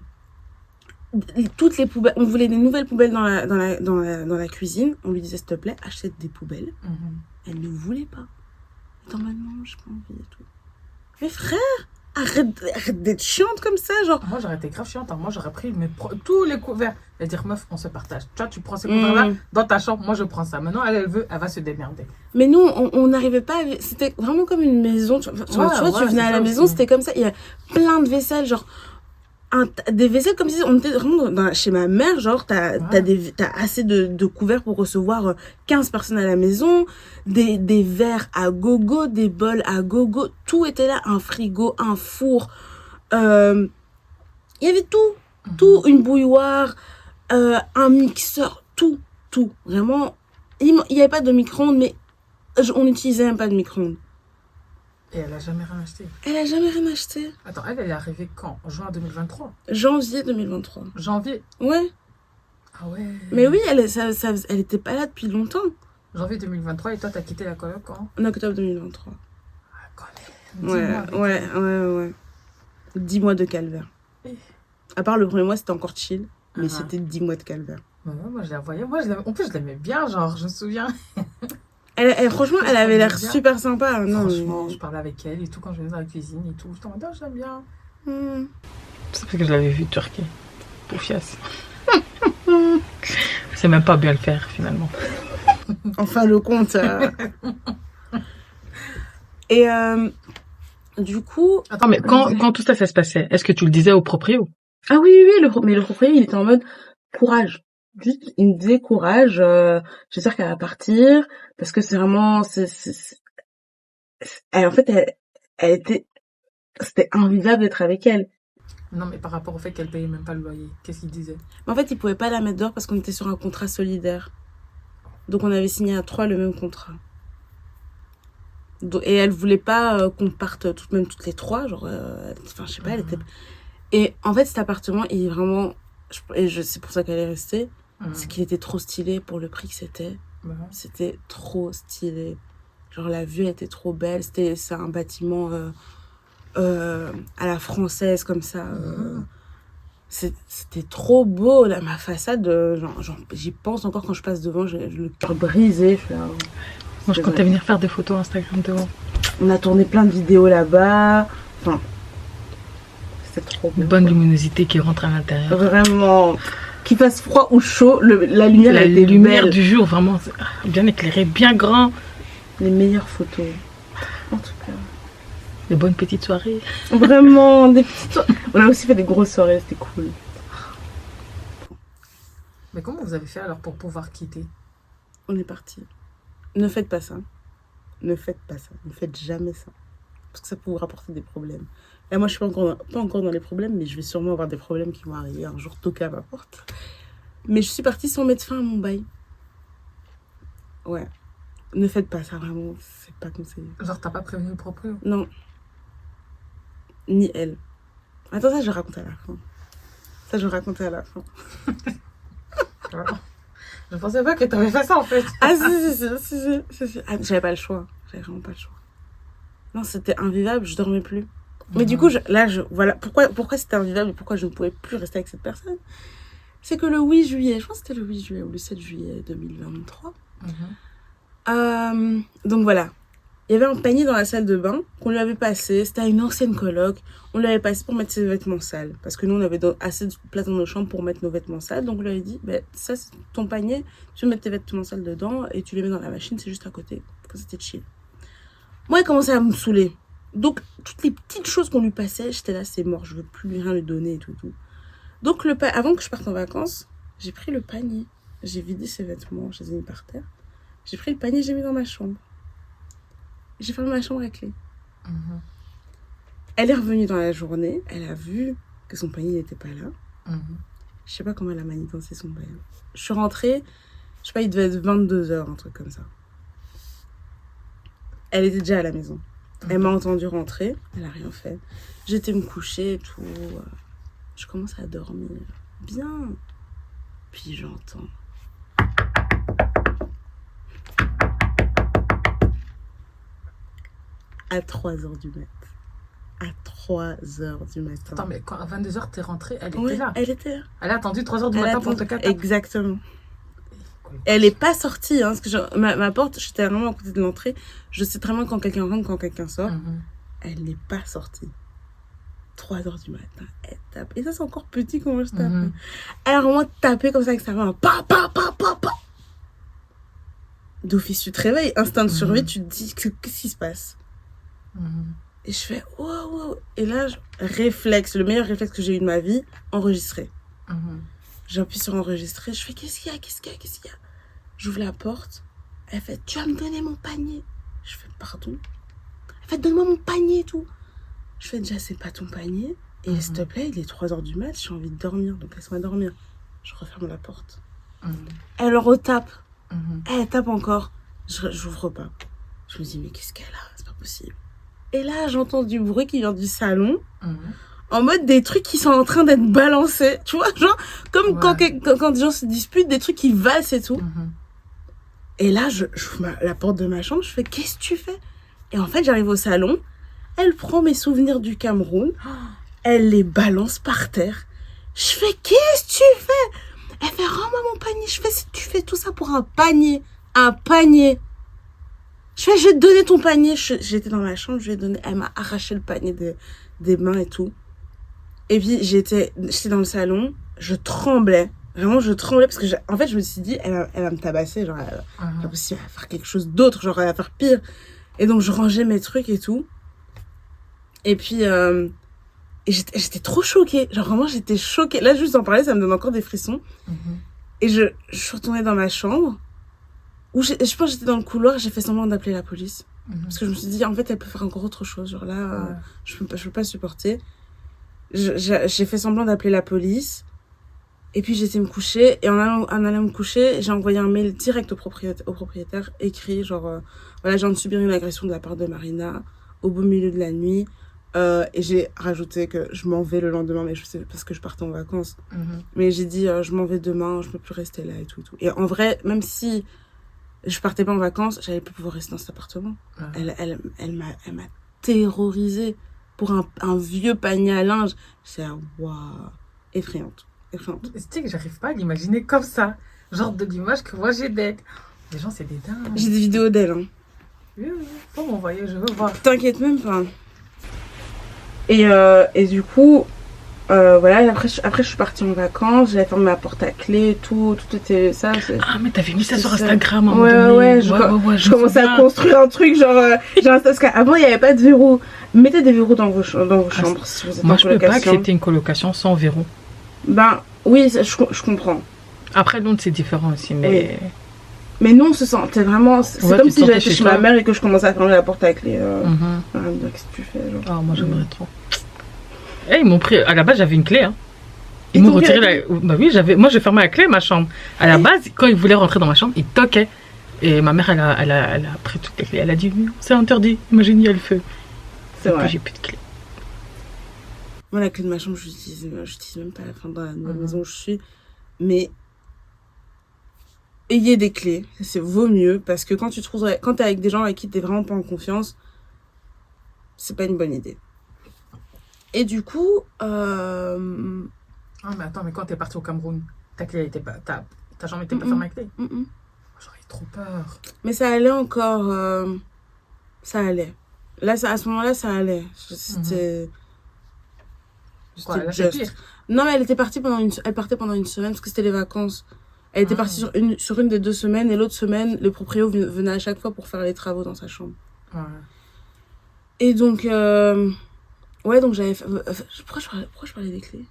toutes les poubelles, on voulait des nouvelles poubelles dans la, dans la, dans la, dans la cuisine. On lui disait, s'il te plaît, achète des poubelles. Mm-hmm. Elle ne voulait pas. Attends, maintenant, j'ai pas envie et tout. Mais frère, arrête, arrête d'être chiante comme ça, genre. Moi, j'aurais été grave chiante. Hein. Moi, j'aurais pris mes pro- tous les couverts et dire, meuf, on se partage. Tu vois, tu prends ces couverts-là mm. dans ta chambre. Moi, je prends ça. Maintenant, elle, elle veut, elle va se démerder. Mais nous, on n'arrivait pas à... C'était vraiment comme une maison. Tu, ouais, tu vois, ouais, tu venais à la maison, aussi. C'était comme ça. Il y a plein de vaisselle, genre... Un, des vaisselles comme si on était vraiment dans, chez ma mère, genre t'as, ouais. t'as, des, t'as assez de, de couverts pour recevoir quinze personnes à la maison, des, des verres à gogo, des bols à gogo, tout était là, un frigo, un four, euh, il y avait tout, mm-hmm. tout, une bouilloire, euh, un mixeur, tout, tout, vraiment, il n'y avait pas de micro-ondes, mais on n'utilisait même pas de micro-ondes. Et elle a jamais rien acheté. Elle a jamais rien acheté. Attends, elle, elle est arrivée quand? En juin deux mille vingt-trois? Janvier deux mille vingt-trois. Janvier? Ouais. Ah ouais. Mais oui, elle, ça, ça, elle était pas là depuis longtemps. Janvier deux mille vingt-trois, et toi, t'as quitté la coloc quand? En octobre deux mille vingt-trois. Ah, quand même. Ouais, ouais, ouais, ouais. Dix mois de calvaire. Et... À part le premier mois, c'était encore chill, mais uh-huh. c'était dix mois de calvaire. Ouais, moi, je la voyais. Moi, je en plus, je l'aimais bien, genre, je me souviens. Elle, elle, franchement, elle avait l'air bien. Super sympa. Non, franchement, mais... je parlais avec elle et tout quand je venais dans la cuisine et tout. Je t'en disais, oh, j'aime bien. Mm. C'est parce que je l'avais vue turquie. Poufiasse. C'est même pas bien le faire finalement. Enfin, le compte. Euh... et euh, du coup. Attends, mais quand, quand tout ça, ça se passait, est-ce que tu le disais au proprio? Ah oui, oui, oui. Le, mais le proprio, il était en mode courage. Juste, il me disait courage, euh, j'espère qu'elle va partir, parce que c'est vraiment, c'est, c'est, c'est... Elle, en fait, elle, elle était, c'était invivable d'être avec elle. Non, mais par rapport au fait qu'elle payait même pas le loyer, qu'est-ce qu'il disait? En fait, il pouvait pas la mettre dehors parce qu'on était sur un contrat solidaire. Donc, on avait signé à trois le même contrat. Donc, et elle voulait pas euh, qu'on parte toutes, même toutes les trois, genre, euh, enfin, je sais pas, mmh. elle était... Et en fait, cet appartement, il est vraiment, et je, c'est pour ça qu'elle est restée, Mmh. c'est qu'il était trop stylé pour le prix que c'était. Mmh. C'était trop stylé. Genre, la vue était trop belle. C'était, c'est un bâtiment euh, euh, à la française, comme ça. Mmh. Euh, c'est, c'était trop beau, là, ma façade. Genre, genre, j'y pense encore quand je passe devant. J'ai le cœur brisé. Je suis là, moi, je comptais venir faire des photos Instagram devant. On a tourné plein de vidéos là-bas. Enfin, c'était trop Une bien. bonne quoi. luminosité qui rentre à l'intérieur. Vraiment. Qu'il fasse froid ou chaud, le, la lumière La a été lumière belle. du jour, vraiment, c'est bien éclairé, bien grand. Les meilleures photos. En tout cas. Des bonnes petites soirées. Vraiment, des petites soirées. On a aussi fait des grosses soirées, c'était cool. Mais comment vous avez fait alors pour pouvoir quitter? On est parti. Ne faites pas ça. Ne faites pas ça. Ne faites jamais ça. Parce que ça peut vous rapporter des problèmes. Et moi, je suis pas encore, pas encore dans les problèmes, mais je vais sûrement avoir des problèmes qui vont arriver un jour toquer à ma porte. Mais je suis partie sans mettre fin à mon bail. Ouais. Ne faites pas ça, vraiment. C'est pas conseillé. Genre, t'as pas prévenu le proprio? Non. Ni elle. Attends, ça, je vais raconter à la fin. Ça, je vais raconter à la fin. Je pensais pas que t'avais fait ça en fait. Ah, si, si, si, si, si, si, si. Ah, j'avais pas le choix. J'avais vraiment pas le choix. Non, c'était invivable, je dormais plus. Mais Mhm. du coup, je, là, je, voilà. Pourquoi, pourquoi c'était invivable et pourquoi je ne pouvais plus rester avec cette personne? C'est que le huit juillet, je pense que c'était le huit juillet ou le sept juillet deux mille vingt-trois. Mhm. Euh, donc voilà. Il y avait un panier dans la salle de bain qu'on lui avait passé. C'était à une ancienne coloc. On lui avait passé pour mettre ses vêtements sales. Parce que nous, on avait do- assez de place dans nos chambres pour mettre nos vêtements sales. Donc on lui avait dit, bah, ça, c'est ton panier. Tu mets tes vêtements sales dedans et tu les mets dans la machine. C'est juste à côté. Quand c'était chill. Moi, il commençait à me saouler. Donc, toutes les petites choses qu'on lui passait, j'étais là, c'est mort. Je veux plus lui rien lui donner et tout. tout. Donc, le pa- avant que je parte en vacances, j'ai pris le panier. J'ai vidé ses vêtements. Je les ai mis par terre. J'ai pris le panier, j'ai mis dans ma chambre. J'ai fermé ma chambre à clé. Mhm. Elle est revenue dans la journée. Elle a vu que son panier n'était pas là. Mhm. Je sais pas comment elle a manigancé son bail. Je suis rentrée, je sais pas, il devait être vingt-deux heures, un truc comme ça. Elle était déjà à la maison. Elle m'a entendue rentrer. Elle a rien fait. J'étais me coucher et tout. Je commence à dormir. Bien. Puis j'entends. À trois heures du mat. À trois heures du matin. Attends, mais quand à vingt-deux heures t'es rentrée, elle était Ouais, là. elle était là. Elle a attendu trois heures du Elle matin a pour te attendu- capter. Exactement. Elle n'est pas sortie, hein, parce que je- ma, ma porte, j'étais vraiment à côté de l'entrée. Je sais très bien quand quelqu'un rentre, quand quelqu'un sort. Mhm. Elle n'est pas sortie. trois heures du matin, elle tape. Et ça, c'est encore petit comment je tape. Mhm. Elle a vraiment tapé comme ça avec sa main. Pa, pa, pa, pa, pa. D'office, tu te réveilles. Instinct de survie, Mhm. tu te dis, qu'est-ce qui se passe? Mhm. Et je fais, wow, wow. Et là, je- réflexe, le meilleur réflexe que j'ai eu de ma vie, enregistrer. Mhm. J'appuie sur enregistrer, je fais qu'est-ce qu'il y a, qu'est-ce qu'il y a, qu'est-ce qu'il y a. J'ouvre la porte, elle fait tu vas me donner mon panier. Je fais pardon. Elle fait donne-moi mon panier et tout. Je fais déjà c'est pas ton panier. Et Mhm. s'il te plaît, il est trois heures du mat, j'ai envie de dormir, donc laisse-moi dormir. Je referme la porte. Mhm. Elle retape, Mhm. elle tape encore. Je j'ouvre pas. Je me dis mais qu'est-ce qu'elle a, c'est pas possible. Et là j'entends du bruit qui vient du salon. Mhm. En mode des trucs qui sont en train d'être balancés. Tu vois, genre, comme Ouais. quand, quand, quand des gens se disputent, des trucs qui valsent et tout. Mhm. Et là, je, j'ouvre ma- la porte de ma chambre, je fais, qu'est-ce que tu fais? Et en fait, j'arrive au salon, elle prend mes souvenirs du Cameroun, elle les balance par terre. Je fais, qu'est-ce que tu fais? Elle fait, rends-moi mon panier. Je fais, si tu fais tout ça pour un panier, un panier. Je fais, je vais te donner ton panier. Je- j'étais dans ma chambre, je lui ai donné, elle m'a arraché le panier des, des mains et tout. Et puis, j'étais, j'étais dans le salon, je tremblais. Vraiment, je tremblais parce que, j'ai- en fait, je me suis dit, elle va, elle va me tabasser, genre, elle, Mhm. pas possible, elle va faire quelque chose d'autre, genre, elle va faire pire. Et donc, je rangeais mes trucs et tout. Et puis, euh, et j'étais, j'étais trop choquée. Genre, vraiment, j'étais choquée. Là, juste en parler, ça me donne encore des frissons. Mhm. Et je, je suis retournée dans ma chambre, où j'ai- je pense que j'étais dans le couloir, j'ai fait semblant d'appeler la police. Mhm. Parce que je me suis dit, en fait, elle peut faire encore autre chose. Genre là, euh, Ouais. je peux pas, je peux pas supporter. Je- J'ai j'ai fait semblant d'appeler la police. Et puis j'étais me coucher. Et en allant, en allant me coucher, j'ai envoyé un mail direct au propriétaire, au propriétaire écrit genre, euh, voilà, je viens de subir une agression de la part de Marina au beau milieu de la nuit. Euh, et j'ai rajouté que je m'en vais le lendemain, mais je sais parce que je partais en vacances. Mhm. Mais j'ai dit, euh, je m'en vais demain, je peux plus rester là et tout, et tout. Et en vrai, même si je partais pas en vacances, j'allais plus pouvoir rester dans cet appartement. Ouais. Elle, elle, elle m'a, elle m'a terrorisée pour un, un vieux panier à linge. C'est waouh, effrayante, effrayante. Tu sais que j'arrive pas à l'imaginer comme ça. Genre de l'image que moi j'ai d'elle. Les gens, c'est des dingues. J'ai des vidéos d'elle, hein. Oui, oui, faut m'envoyer, je veux voir. T'inquiète même pas. Et, euh, et du coup, euh, voilà, après je, après je suis partie en vacances, j'avais fermé ma porte à clé et tout, tout était ça. Ah, mais t'avais mis ça sur ça. Instagram à un ouais, moment donné. Ouais, je, ouais, ouais, ouais, je commençais à construire un truc, genre, euh, genre parce qu'avant il n'y avait pas de verrou. Mettez des verrous dans vos, dans vos chambres ah, si vous êtes moi, en je peux pas accepter une colocation sans verrou. Ben, oui, ça, je, je comprends. Après, Londres, c'est différent aussi, mais... Oui. Mais nous, on se sentait vraiment... C'est ouais, comme si j'allais chez, chez ma mère et que je commençais à fermer la porte à clé. Euh... Mm-hmm. Ah, qu'est-ce que tu fais, genre. Ah, moi, j'aimerais mm. trop. Eh, ils m'ont pris... À la base, j'avais une clé, hein. Ils, ils m'ont retiré la... Bah oui, j'avais... Moi, j'ai fermé la clé, ma chambre. À la base, quand ils voulaient rentrer dans ma chambre, ils toquaient. Et ma mère, elle a, elle a, elle a pris toutes les clés. Elle a dit, c'est interdit, imagine, il y a le feu. C'est vrai. J'ai plus de clé. Moi, la clé de ma chambre, je l'utilise même pas à la fin de la nouvelle mm-hmm. maison où je suis. Mais... ayez des clés, c'est vaut mieux, parce que quand tu te trouves, quand t'es avec des gens avec qui t'es vraiment pas en confiance, c'est pas une bonne idée. Et du coup, euh... ah mais attends, mais quand t'es partie au Cameroun, ta clé était pas, ta, ta jambe était pas fermée à clé. Mm-mm. J'aurais trop peur. Mais ça allait encore, euh... ça allait. Là, ça, à ce moment-là, ça allait. C'était, mm-hmm. Quoi, là, juste. Pire. Non, mais elle était partie pendant une, elle partait pendant une semaine parce que c'était les vacances. Elle était ah. partie sur une, sur une des deux semaines et l'autre semaine, le proprio venait à chaque fois pour faire les travaux dans sa chambre. Ouais. Et donc, euh, ouais, donc j'avais fait... Pourquoi je parlais, pourquoi je parlais des clés?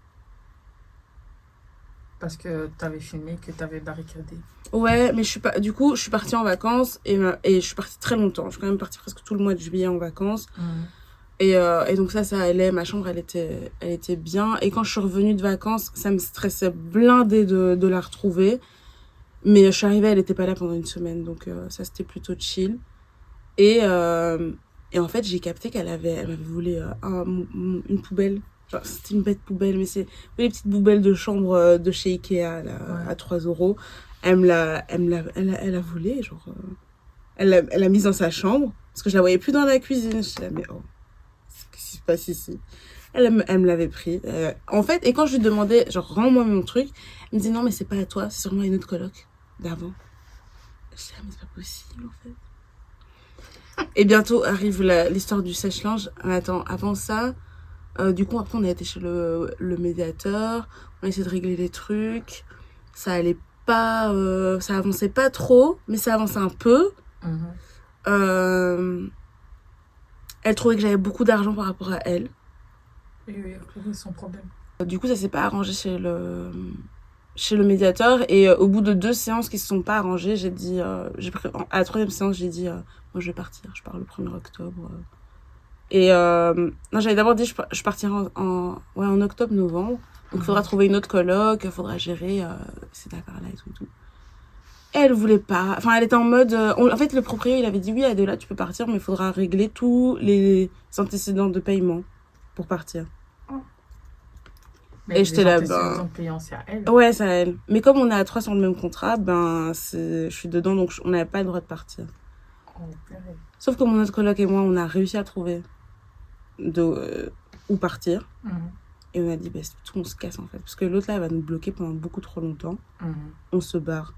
Parce que t'avais filmé, que t'avais barricadé. Ouais, mais je suis pas... Du coup, je suis partie en vacances et, et je suis partie très longtemps. Je suis quand même partie presque tout le mois de juillet en vacances. Mmh. Et, euh, et donc ça, ça allait. Ma chambre, elle était, elle était bien. Et quand je suis revenue de vacances, ça me stressait blindé de, de la retrouver. Mais je suis arrivée, elle était pas là pendant une semaine. Donc euh, ça, c'était plutôt chill. Et, euh, et en fait, j'ai capté qu'elle avait, elle m'avait volé euh, un, une poubelle. Genre, c'était une bête poubelle, mais c'est les petites poubelles de chambre de chez Ikea là, ouais. À trois euros. Elle me l'a, elle me l'a, elle a, elle a volé, genre... Euh, elle l'a, elle l'a mise dans sa chambre. Parce que je la voyais plus dans la cuisine. Je disais, mais oh... Qu'est-ce qui se passe ici? Elle, elle me l'avait pris. Euh, en fait, et quand je lui demandais, genre, rends-moi mon truc, elle me dit, non, mais c'est pas à toi, c'est sûrement une autre coloc d'avant. Je dis, ah, mais c'est pas possible, en fait. Et bientôt arrive la, l'histoire du sèche-linge. Attends, avant ça, euh, du coup, après, on a été chez le, le médiateur, on a essayé de régler les trucs. Ça allait pas, euh, ça avançait pas trop, mais ça avançait un peu. Mm-hmm. Euh... Elle trouvait que j'avais beaucoup d'argent par rapport à elle. Oui, oui, oui, sans problème. Du coup, ça s'est pas arrangé chez le, chez le médiateur. Et euh, au bout de deux séances qui se sont pas arrangées, j'ai dit... Euh, j'ai pris, à la troisième séance, j'ai dit... Euh, moi, je vais partir. Je pars le premier octobre. Euh. Et... Euh, non, j'avais d'abord dit je, je partirai en, en, ouais, en octobre-novembre. Donc, il faudra trouver une autre coloc. Il faudra gérer euh, ces affaires-là et tout, et tout. Et elle voulait pas. Enfin, elle était en mode... Euh, on, en fait, le propriétaire, il avait dit, oui, Adela, tu peux partir, mais il faudra régler tous les antécédents de paiement pour partir. Oh. Mais et j'étais là, ben... payants, c'est à elle. Ouais, c'est à elle. Mais comme on est à trois sur le même contrat, ben, c'est... je suis dedans, donc on n'avait pas le droit de partir. Oh, sauf que mon autre coloc et moi, on a réussi à trouver de, euh, où partir. Mm-hmm. Et on a dit, bah, tout, on se casse, en fait. Parce que l'autre, là, elle va nous bloquer pendant beaucoup trop longtemps. Mm-hmm. On se barre.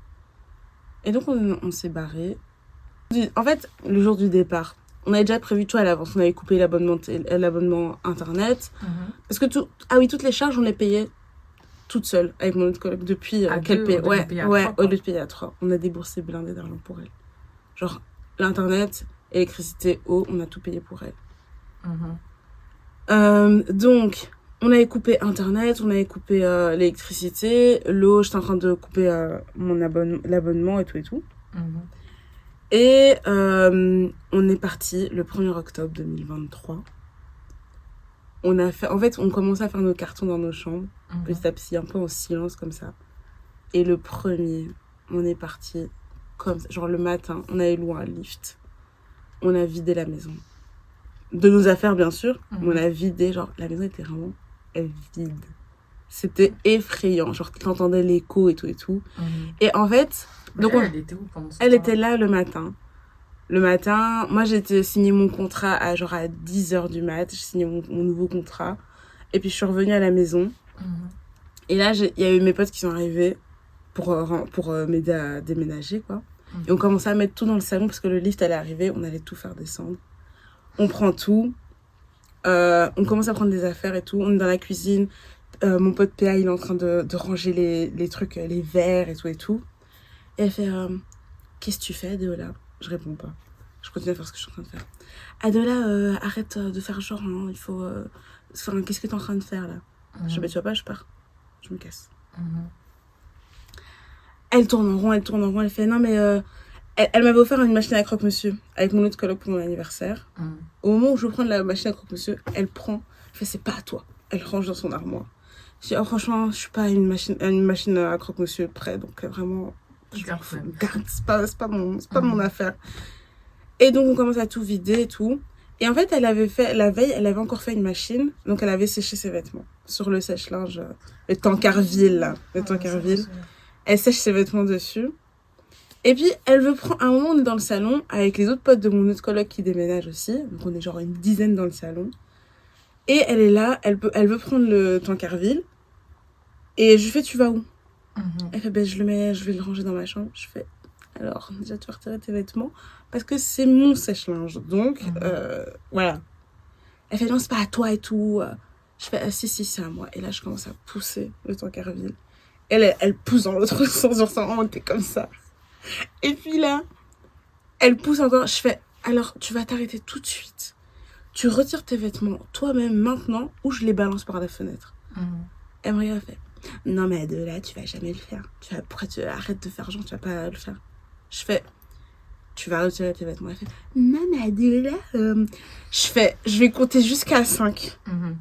Et donc, on, on s'est barré. En fait, le jour du départ, on avait déjà prévu tout à l'avance. On avait coupé l'abonnement, l'abonnement Internet. Mm-hmm. Parce que, tout, ah oui, toutes les charges, on les payait toutes seules avec mon autre coloc depuis à qu'elle paye. Ouais, ouais, au lieu de payer à trois. On a déboursé blindé d'argent pour elle. Genre, l'Internet, électricité, eau, on a tout payé pour elle. Mm-hmm. Euh, donc... On avait coupé Internet, on avait coupé euh, l'électricité, l'eau, j'étais en train de couper euh, mon abonnement, l'abonnement et tout et tout. Mmh. Et euh, on est parti le premier octobre deux mille vingt-trois. On a fait, en fait, on commençait à faire nos cartons dans nos chambres, mmh. petit à petit, un peu en silence comme ça. Et le premier, on est parti comme ça, genre le matin, on avait loué un lift. On a vidé la maison. De nos affaires, bien sûr, mmh. mais on a vidé, genre, la maison était vraiment... vide. C'était effrayant. Genre, tu entendais l'écho et tout et tout. Mmh. Et en fait... donc elle, on... elle était où pendant ce Elle temps était là le matin. Le matin, moi, j'ai signé mon contrat à genre à dix heures du mat. J'ai signé mon, mon nouveau contrat. Et puis, je suis revenue à la maison. Mmh. Et là, il y a eu mes potes qui sont arrivés pour, pour euh, m'aider à déménager, quoi. Mmh. Et on commençait à mettre tout dans le salon parce que le lift allait arriver, on allait tout faire descendre. On prend tout, euh, on commence à prendre des affaires et tout, on est dans la cuisine. Euh, mon pote P A, il est en train de, de ranger les, les trucs, les verres et tout et tout. Et elle fait euh, qu'est-ce que tu fais, Adéola? Je réponds pas. Je continue à faire ce que je suis en train de faire. Adéola, euh, arrête de faire genre, hein, il faut. Euh, enfin, qu'est-ce que tu es en train de faire là? Mmh. Je dis bah, tu vois pas, je pars. Je me casse. Mmh. Elle tourne en rond, elle tourne en rond, elle fait non, mais. Euh, elle elle m'avait offert une machine à croque-monsieur avec mon autre coloc pour mon anniversaire. Mmh. Au moment où je veux prendre la machine à croque-monsieur, elle prend. Je fais c'est pas à toi. Elle range dans son armoire. Je dis, oh, franchement, je suis pas une machine, une machine à croque-monsieur près, donc euh, vraiment, je garde, c'est pas, c'est pas, mon, c'est pas mmh. mon affaire. Et donc, on commence à tout vider et tout. Et en fait, elle avait fait, la veille, elle avait encore fait une machine, donc elle avait séché ses vêtements sur le sèche-linge, euh, le Tancarville, là, le ah, Tancarville. Elle sèche ses vêtements dessus. Et puis, elle veut prendre, à un moment, on est dans le salon avec les autres potes de mon autre coloc qui déménagent aussi, donc on est genre une dizaine dans le salon. Et elle est là, elle, peut, elle veut prendre le Tancarville. Et je lui fais, tu vas où? Mm-hmm. Elle fait, ben, je le mets, je vais le ranger dans ma chambre. Je fais, alors, déjà, tu vas retirer tes vêtements. Parce que c'est mon sèche-linge. Donc, mm-hmm. euh, voilà. Elle fait, non, c'est pas à toi et tout. Je fais, ah, si, si, c'est à moi. Et là, je commence à pousser le Tancarville. Elle, elle, elle pousse dans l'autre sens. Genre, ça vraiment était comme ça. Et puis là, elle pousse encore. Je fais, alors, tu vas t'arrêter tout de suite. Tu retires tes vêtements toi-même maintenant ou je les balance par la fenêtre. Mm. Elle me regarde, elle fait non, mais de là, tu vas jamais le faire. Tu vas, pourquoi tu arrêtes de faire genre, tu vas pas le faire. Je fais tu vas retirer tes vêtements. Elle fait non, mais de là, euh... je fais je vais compter jusqu'à cinq. Mm-hmm.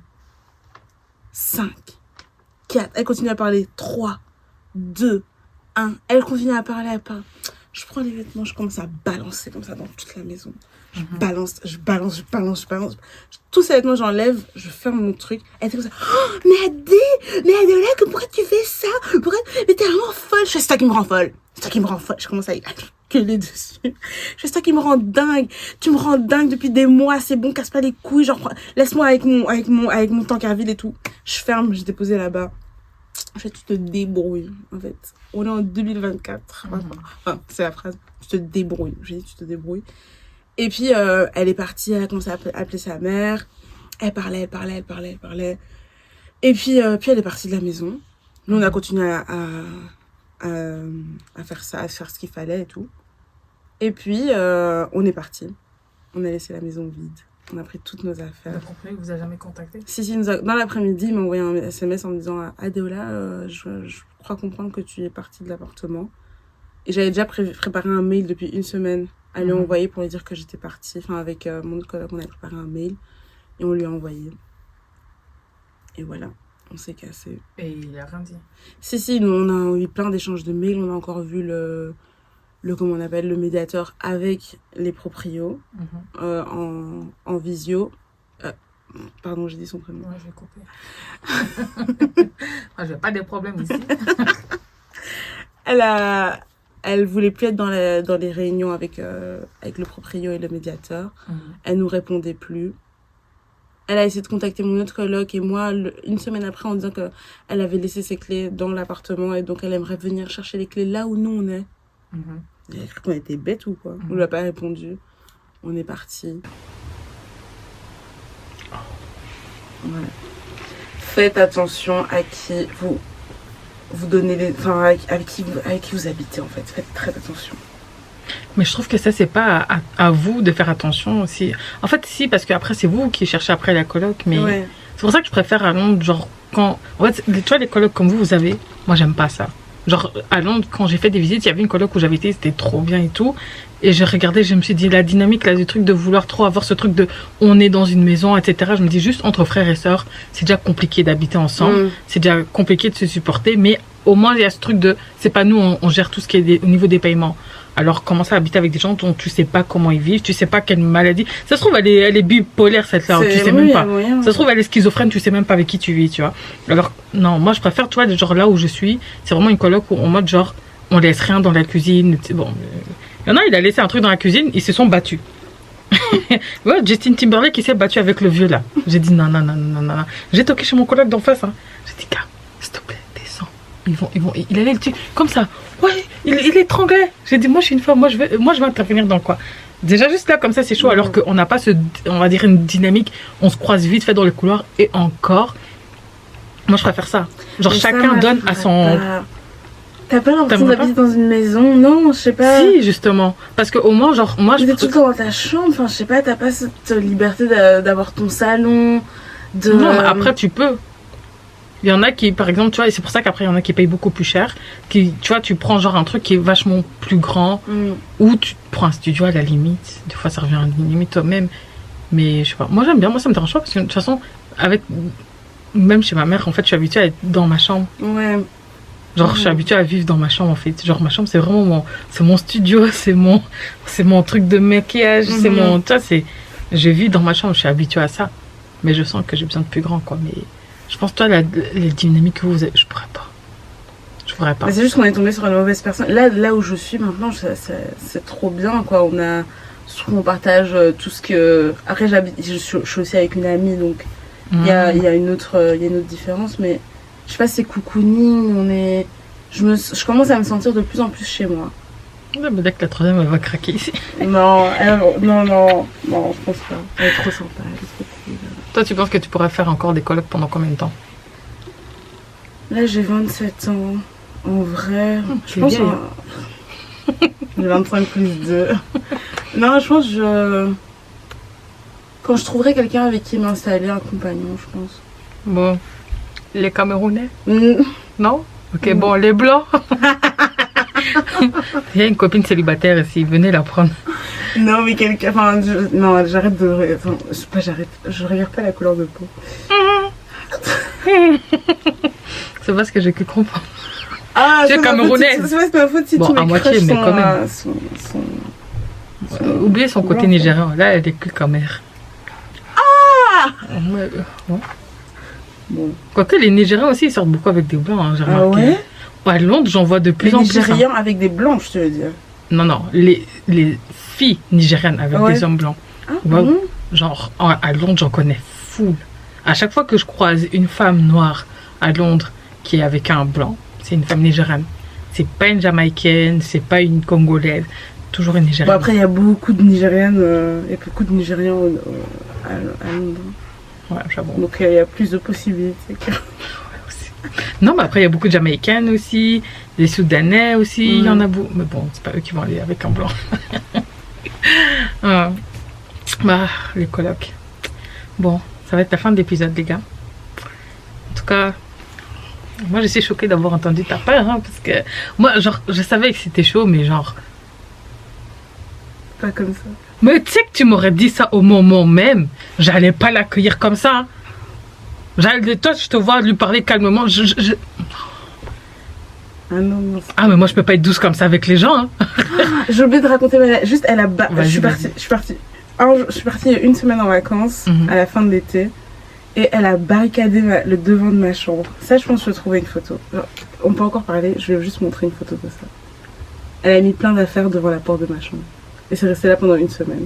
cinq, quatre. Elle continue à parler. trois, deux, un. Elle continue à parler, à parler. Je prends les vêtements, je commence à balancer comme ça dans toute la maison. Je mm-hmm. balance, je balance, je balance, je balance. Tous ces vêtements, j'enlève, je ferme mon truc. Elle était comme ça. Oh, mais Adé, mais Adé, là, pourquoi tu fais ça? Pourquoi? Mais t'es vraiment folle. Je fais, c'est toi qui me rend folle. C'est toi qui me rend folle. Je commence à y gueuler dessus. Je fais, c'est toi qui me rend dingue. Tu me rends dingue depuis des mois. C'est bon, casse pas les couilles. Genre, laisse-moi avec mon, avec mon, avec mon Tancarville et tout. Je ferme, j'ai déposé là-bas. En fait, tu te débrouilles, en fait. On est en deux mille vingt-quatre. Mm-hmm. Enfin, c'est la phrase. Tu te débrouilles. J'ai dit, tu te débrouilles. Et puis, euh, elle est partie, elle a commencé à appeler sa mère. Elle parlait, elle parlait, elle parlait, elle parlait. Et puis, euh, puis elle est partie de la maison. Nous, on a continué à, à, à, à faire ça, à faire ce qu'il fallait et tout. Et puis, euh, on est parti. On a laissé la maison vide. On a pris toutes nos affaires. Le propriétaire vous a jamais contacté? Si, si, nous a... dans l'après-midi, il m'a envoyé un S M S en me disant « Adéola, euh, je, je crois comprendre que tu es partie de l'appartement. » Et j'avais déjà pré- préparé un mail depuis une semaine à lui mmh. envoyer pour lui dire que j'étais partie. Enfin, avec euh, mon autre collègue, on avait préparé un mail et on lui a envoyé. Et voilà, on s'est cassé. Et il a rien dit? Si, si, nous, on a eu plein d'échanges de mails. On a encore vu le, le comment on appelle, le médiateur avec les proprios mmh. euh, en, en visio. Euh, pardon, j'ai dit son prénom. Ouais, je vais couper. Moi, je n'ai pas de problème ici. Elle a... Elle voulait plus être dans, la, dans les réunions avec, euh, avec le proprio et le médiateur. Mmh. Elle nous répondait plus. Elle a essayé de contacter mon autre coloc et moi, le, une semaine après, en disant qu'elle avait laissé ses clés dans l'appartement et donc elle aimerait venir chercher les clés là où nous on est. Mmh. Elle a cru qu'on était bêtes ou quoi. Mmh. On lui a pas répondu. On est parti. Voilà. Faites attention à qui vous... vous donnez les, enfin avec, avec qui vous, avec qui vous habitez en fait, faites très attention. Mais je trouve que ça c'est pas à, à vous de faire attention aussi. En fait si, parce que après c'est vous qui cherchez après la coloc, mais ouais. C'est pour ça que je préfère à Londres, genre quand, en fait tu vois les colocs comme vous vous avez, moi j'aime pas ça. Genre à Londres quand j'ai fait des visites, il y avait une coloc où j'avais été, c'était trop bien et tout. Et j'ai regardé, je me suis dit, la dynamique, là, du truc de vouloir trop avoir ce truc de on est dans une maison, et cetera. Je me dis juste entre frères et sœurs, c'est déjà compliqué d'habiter ensemble, mmh. c'est déjà compliqué de se supporter, mais au moins il y a ce truc de, c'est pas nous, on, on gère tout ce qui est des, au niveau des paiements. Alors commencer à habiter avec des gens dont tu sais pas comment ils vivent, tu sais pas quelle maladie. Ça se trouve, elle est, elle est bipolaire cette là, tu sais oui, même pas. Moyen. Ça se trouve, elle est schizophrène, tu sais même pas avec qui tu vis, tu vois. Alors non, moi je préfère, tu vois, genre là où je suis, c'est vraiment une coloc où en mode genre, on laisse rien dans la cuisine, bon. Il y en a, il a laissé un truc dans la cuisine, ils se sont battus. Ouais, Justin Timberlake qui s'est battu avec le vieux là. J'ai dit non, non, non, non, non, non. J'ai toqué chez mon collègue d'en face. Hein. J'ai dit, gars, s'il te plaît, descends. Ils vont, ils vont, il allait le tuer comme ça. Ouais, il, il étranglait. J'ai dit, moi je suis une femme, moi je vais, moi, je vais intervenir dans quoi? Déjà juste là, comme ça, c'est chaud, mmh. alors qu'on n'a pas ce, on va dire, une dynamique. On se croise vite fait dans les couloirs et encore. Moi, je préfère ça. Genre, mais chacun ça, donne à son. Pas... T'as pas l'impression d'habiter dans une maison? Non, je sais pas. Si, justement. Parce qu'au moins, genre, moi, je. Mais t'es tout le temps dans ta chambre. Enfin, je sais pas, t'as pas cette liberté d'avoir ton salon. De... Non, mais après, tu peux. Il y en a qui, par exemple, tu vois, et c'est pour ça qu'après, il y en a qui payent beaucoup plus cher. Qui, tu vois, tu prends genre un truc qui est vachement plus grand. Mm. Ou tu prends un studio à la limite. Des fois, ça revient à une limite toi-même. Mais je sais pas. Moi, j'aime bien. Moi, ça me dérange pas. Parce que de toute façon, avec. Même chez ma mère, en fait, je suis habituée à être dans ma chambre. Ouais. Genre, mmh. je suis habituée à vivre dans ma chambre, en fait. Genre, ma chambre, c'est vraiment mon, c'est mon studio, c'est mon, c'est mon truc de maquillage, mmh. c'est mon, tu vois, c'est, je vis dans ma chambre, je suis habituée à ça. Mais je sens que j'ai besoin de plus grand, quoi. Mais je pense, toi, la, les dynamiques que vous avez, je pourrais pas. Je pourrais pas. C'est juste qu'on est tombé sur une mauvaise personne. Là, là où je suis maintenant, c'est trop bien, quoi. On a, on partage tout ce que. Après, j'habite, je, je suis aussi avec une amie, donc il mmh. y a, il y a une autre, il y a une autre différence, mais je sais pas, c'est cocooning. On est, je me, je commence à me sentir de plus en plus chez moi. Ouais, mais dès que la troisième, elle va craquer ici. Non, elle, non, non, non, je pense pas. Elle est trop sympa, elle est trop cool. Toi, tu penses que tu pourrais faire encore des colocs pendant combien de temps? Là, j'ai vingt-sept ans. En vrai, hum, je pense que j'ai vingt-cinq plus deux. Non, je pense que je... Quand je trouverai quelqu'un avec qui m'installer, un compagnon, je pense. Bon. Les Camerounais? mm. Non? Ok, mm. Bon, les Blancs. Il y a une copine célibataire ici, venez la prendre. Non, mais quelqu'un... Enfin, je... non, j'arrête de... Enfin, je sais pas, j'arrête... Je regarde pas la couleur de peau. C'est parce que j'ai que comprendre. Ah, tu es camerounaise. C'est pas ma faute si bon, tu à moitié, mais quand même. Son, son, son... Euh, oubliez son côté nigérian. Là, elle est que camère. Ah ouais, ouais. Bon. Quoique les Nigériens aussi, ils sortent beaucoup avec des blancs. Hein, ah ouais? À Londres, j'en vois de plus les en plus. Les Nigériens hein. Avec des blancs, je te veux dire. Non, non. Les, les filles nigériennes avec ah ouais. des hommes blancs. Ah, ouais, bon? Genre, à Londres, j'en connais full. À chaque fois que je croise une femme noire à Londres qui est avec un blanc, c'est une femme nigériane. C'est pas une Jamaïcaine, c'est pas une Congolaise, toujours une Nigériane. Bon, après, il y a beaucoup de Nigérianes euh, et beaucoup de Nigériens euh, à, à Londres. Ouais, j'avoue. Donc, il euh, y a plus de possibilités. Que... non, mais après, il y a beaucoup de Jamaïcaines aussi, des Soudanais aussi, il mmh. y en a beaucoup. Mais bon, c'est pas eux qui vont aller avec un blanc. ah. Bah, les colocs. Bon, ça va être la fin de l'épisode, les gars. En tout cas, moi, je suis choquée d'avoir entendu ta peur, hein, parce que moi, genre, je savais que c'était chaud, mais genre... Pas comme ça. Mais tu sais que tu m'aurais dit ça au moment même, j'allais pas l'accueillir comme ça. J'allais, toi, je te vois lui parler calmement, je... je, je... Ah non, non. Ah, mais moi, je peux pas être douce comme ça avec les gens, hein. J'ai oublié de raconter, mais juste, elle a... Ba... Je suis partie, je suis partie... Un, je suis partie une semaine en vacances, mm-hmm. à la fin de l'été. Et elle a barricadé ma, le devant de ma chambre. Ça, je pense que je vais trouver une photo. Genre, on peut encore parler, je vais juste montrer une photo de ça. Elle a mis plein d'affaires devant la porte de ma chambre. Et c'est resté là pendant une semaine.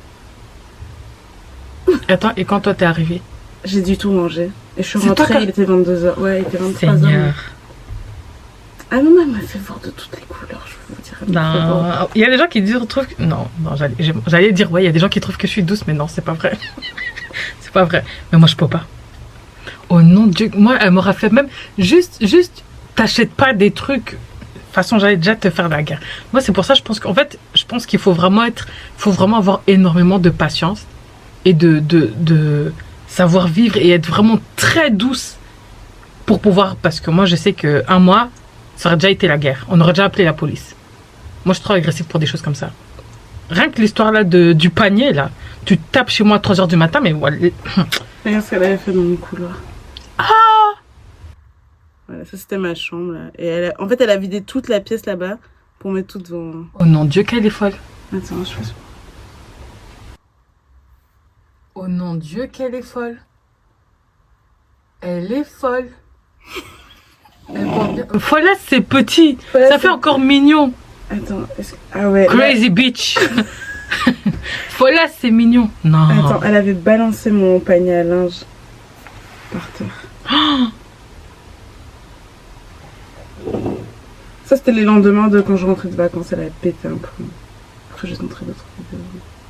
Attends, et quand toi t'es arrivée? J'ai dû tout ranger. Et je suis rentrée, toi, il était vingt-deux heures. Ouais, il était vingt-trois heures. Seigneur. Ah non, elle m'a fait voir de toutes les couleurs, je vous dire. Non, il y a des gens qui disent, trouvent... Non, non j'allais dire, ouais, il y a des gens qui trouvent que je suis douce, mais non, c'est pas vrai. C'est pas vrai. Mais moi, je peux pas. Oh non, Dieu. Moi, elle m'aura fait même... Juste, juste, t'achètes pas des trucs... De toute façon, j'allais déjà te faire la guerre. Moi, c'est pour ça, je pense qu'en fait, je pense qu'il faut vraiment être... Il faut vraiment avoir énormément de patience et de, de, de savoir vivre et être vraiment très douce pour pouvoir... Parce que moi, je sais qu'un mois, ça aurait déjà été la guerre. On aurait déjà appelé la police. Moi, je suis trop agressive pour des choses comme ça. Rien que l'histoire là de, du panier, là. Tu tapes chez moi à trois heures du matin, mais voilà. Regarde ce qu'elle avait fait dans mon couloir. Ah! Voilà, ça c'était ma chambre, là. Et elle a... en fait, elle a vidé toute la pièce là-bas pour mettre tout devant. Oh non, Dieu, qu'elle est folle. Attends, je fais ça. Oh non, Dieu, qu'elle est folle. Elle est folle. Elle bien... Follasse, c'est petit. Follasse, ça fait encore mignon. Attends, est-ce que... Ah ouais. Crazy là... bitch. Follasse, c'est mignon. Non. Attends, elle avait balancé mon panier à linge par terre. Ça, c'était les lendemains de quand je rentrais de vacances, elle a pété un peu. Après, j'ai montré d'autres vidéos.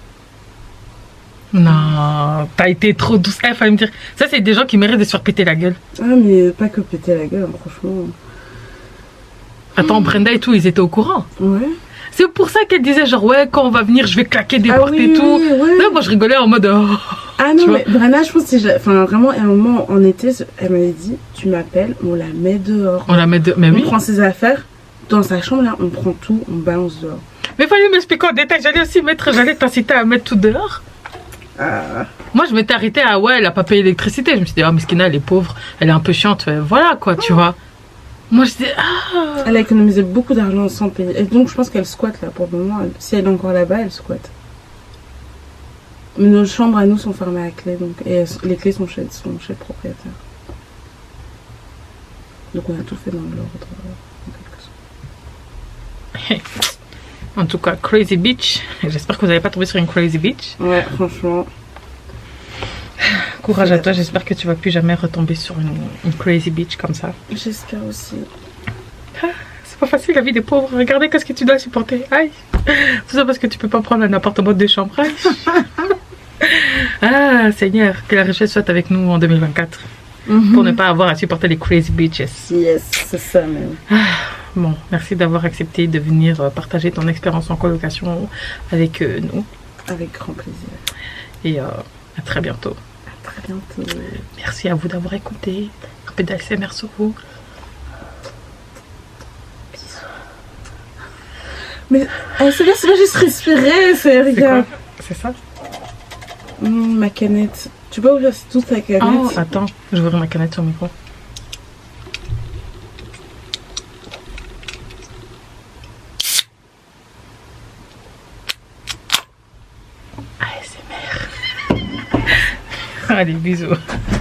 Non, t'as été trop douce. Il fallait me dire. Ça, c'est des gens qui méritent de se faire péter la gueule. Ah, mais pas que péter la gueule, hein, franchement. Attends, Brenda et tout, ils étaient au courant. Ouais. C'est pour ça qu'elle disait genre, ouais, quand on va venir, je vais claquer des Ah portes oui, et tout. oui, ouais. Là, moi, je rigolais en mode. Oh. Ah non, mais Brenna, je pense que c'est. Enfin, vraiment, à un moment en été, elle m'avait dit tu m'appelles, on la met dehors. On la met de. Mais on oui. prend ses affaires dans sa chambre, là, on prend tout, on balance dehors. Mais fallait m'expliquer en détail. J'allais aussi mettre. J'allais t'inciter à mettre tout dehors. Ah. Moi, je m'étais arrêtée à ouais, elle a pas payé l'électricité. Je me suis dit, ah, oh, Miskina, elle est pauvre, elle est un peu chiante. Voilà quoi, tu vois. Moi, je dis, ah. Elle a économisé beaucoup d'argent sans payer. Et donc, je pense qu'elle squatte là pour le moment. Elle- Si elle est encore là-bas, elle squatte. Mais nos chambres à nous sont fermées à clé, donc. Et elles- les clés sont chez, sont chez le propriétaire. Donc, on a tout fait dans l'ordre. en quelque sorte. En tout cas, Crazy Beach. J'espère que vous n'allez pas tomber sur une Crazy Beach. Ouais, franchement. Courage à toi, j'espère que tu vas plus jamais retomber sur une, une Crazy Beach comme ça. J'espère aussi. C'est pas facile la vie des pauvres. Regardez qu'est-ce que tu dois supporter. Aïe. Tout ça parce que tu peux pas prendre un appartement de deux chambres. Aïe. Ah, Seigneur, que la richesse soit avec nous en deux mille vingt-quatre. Mhm. Pour ne pas avoir à supporter les Crazy Beaches. Yes, c'est ça même. Bon, merci d'avoir accepté de venir euh, partager ton expérience en colocation avec euh, nous. Avec grand plaisir. Et euh, à très bientôt. À très bientôt. Merci à vous d'avoir écouté. Un peu d'A S M R sur vous. Mais ah, c'est là, c'est pas juste respirer, c'est C'est regarde. quoi? C'est ça? Mmh, ma canette. Tu peux ouvrir toute ta canette? Oh, attends, je vais ouvrir ma canette sur le micro. A S M R. Allez, bisous.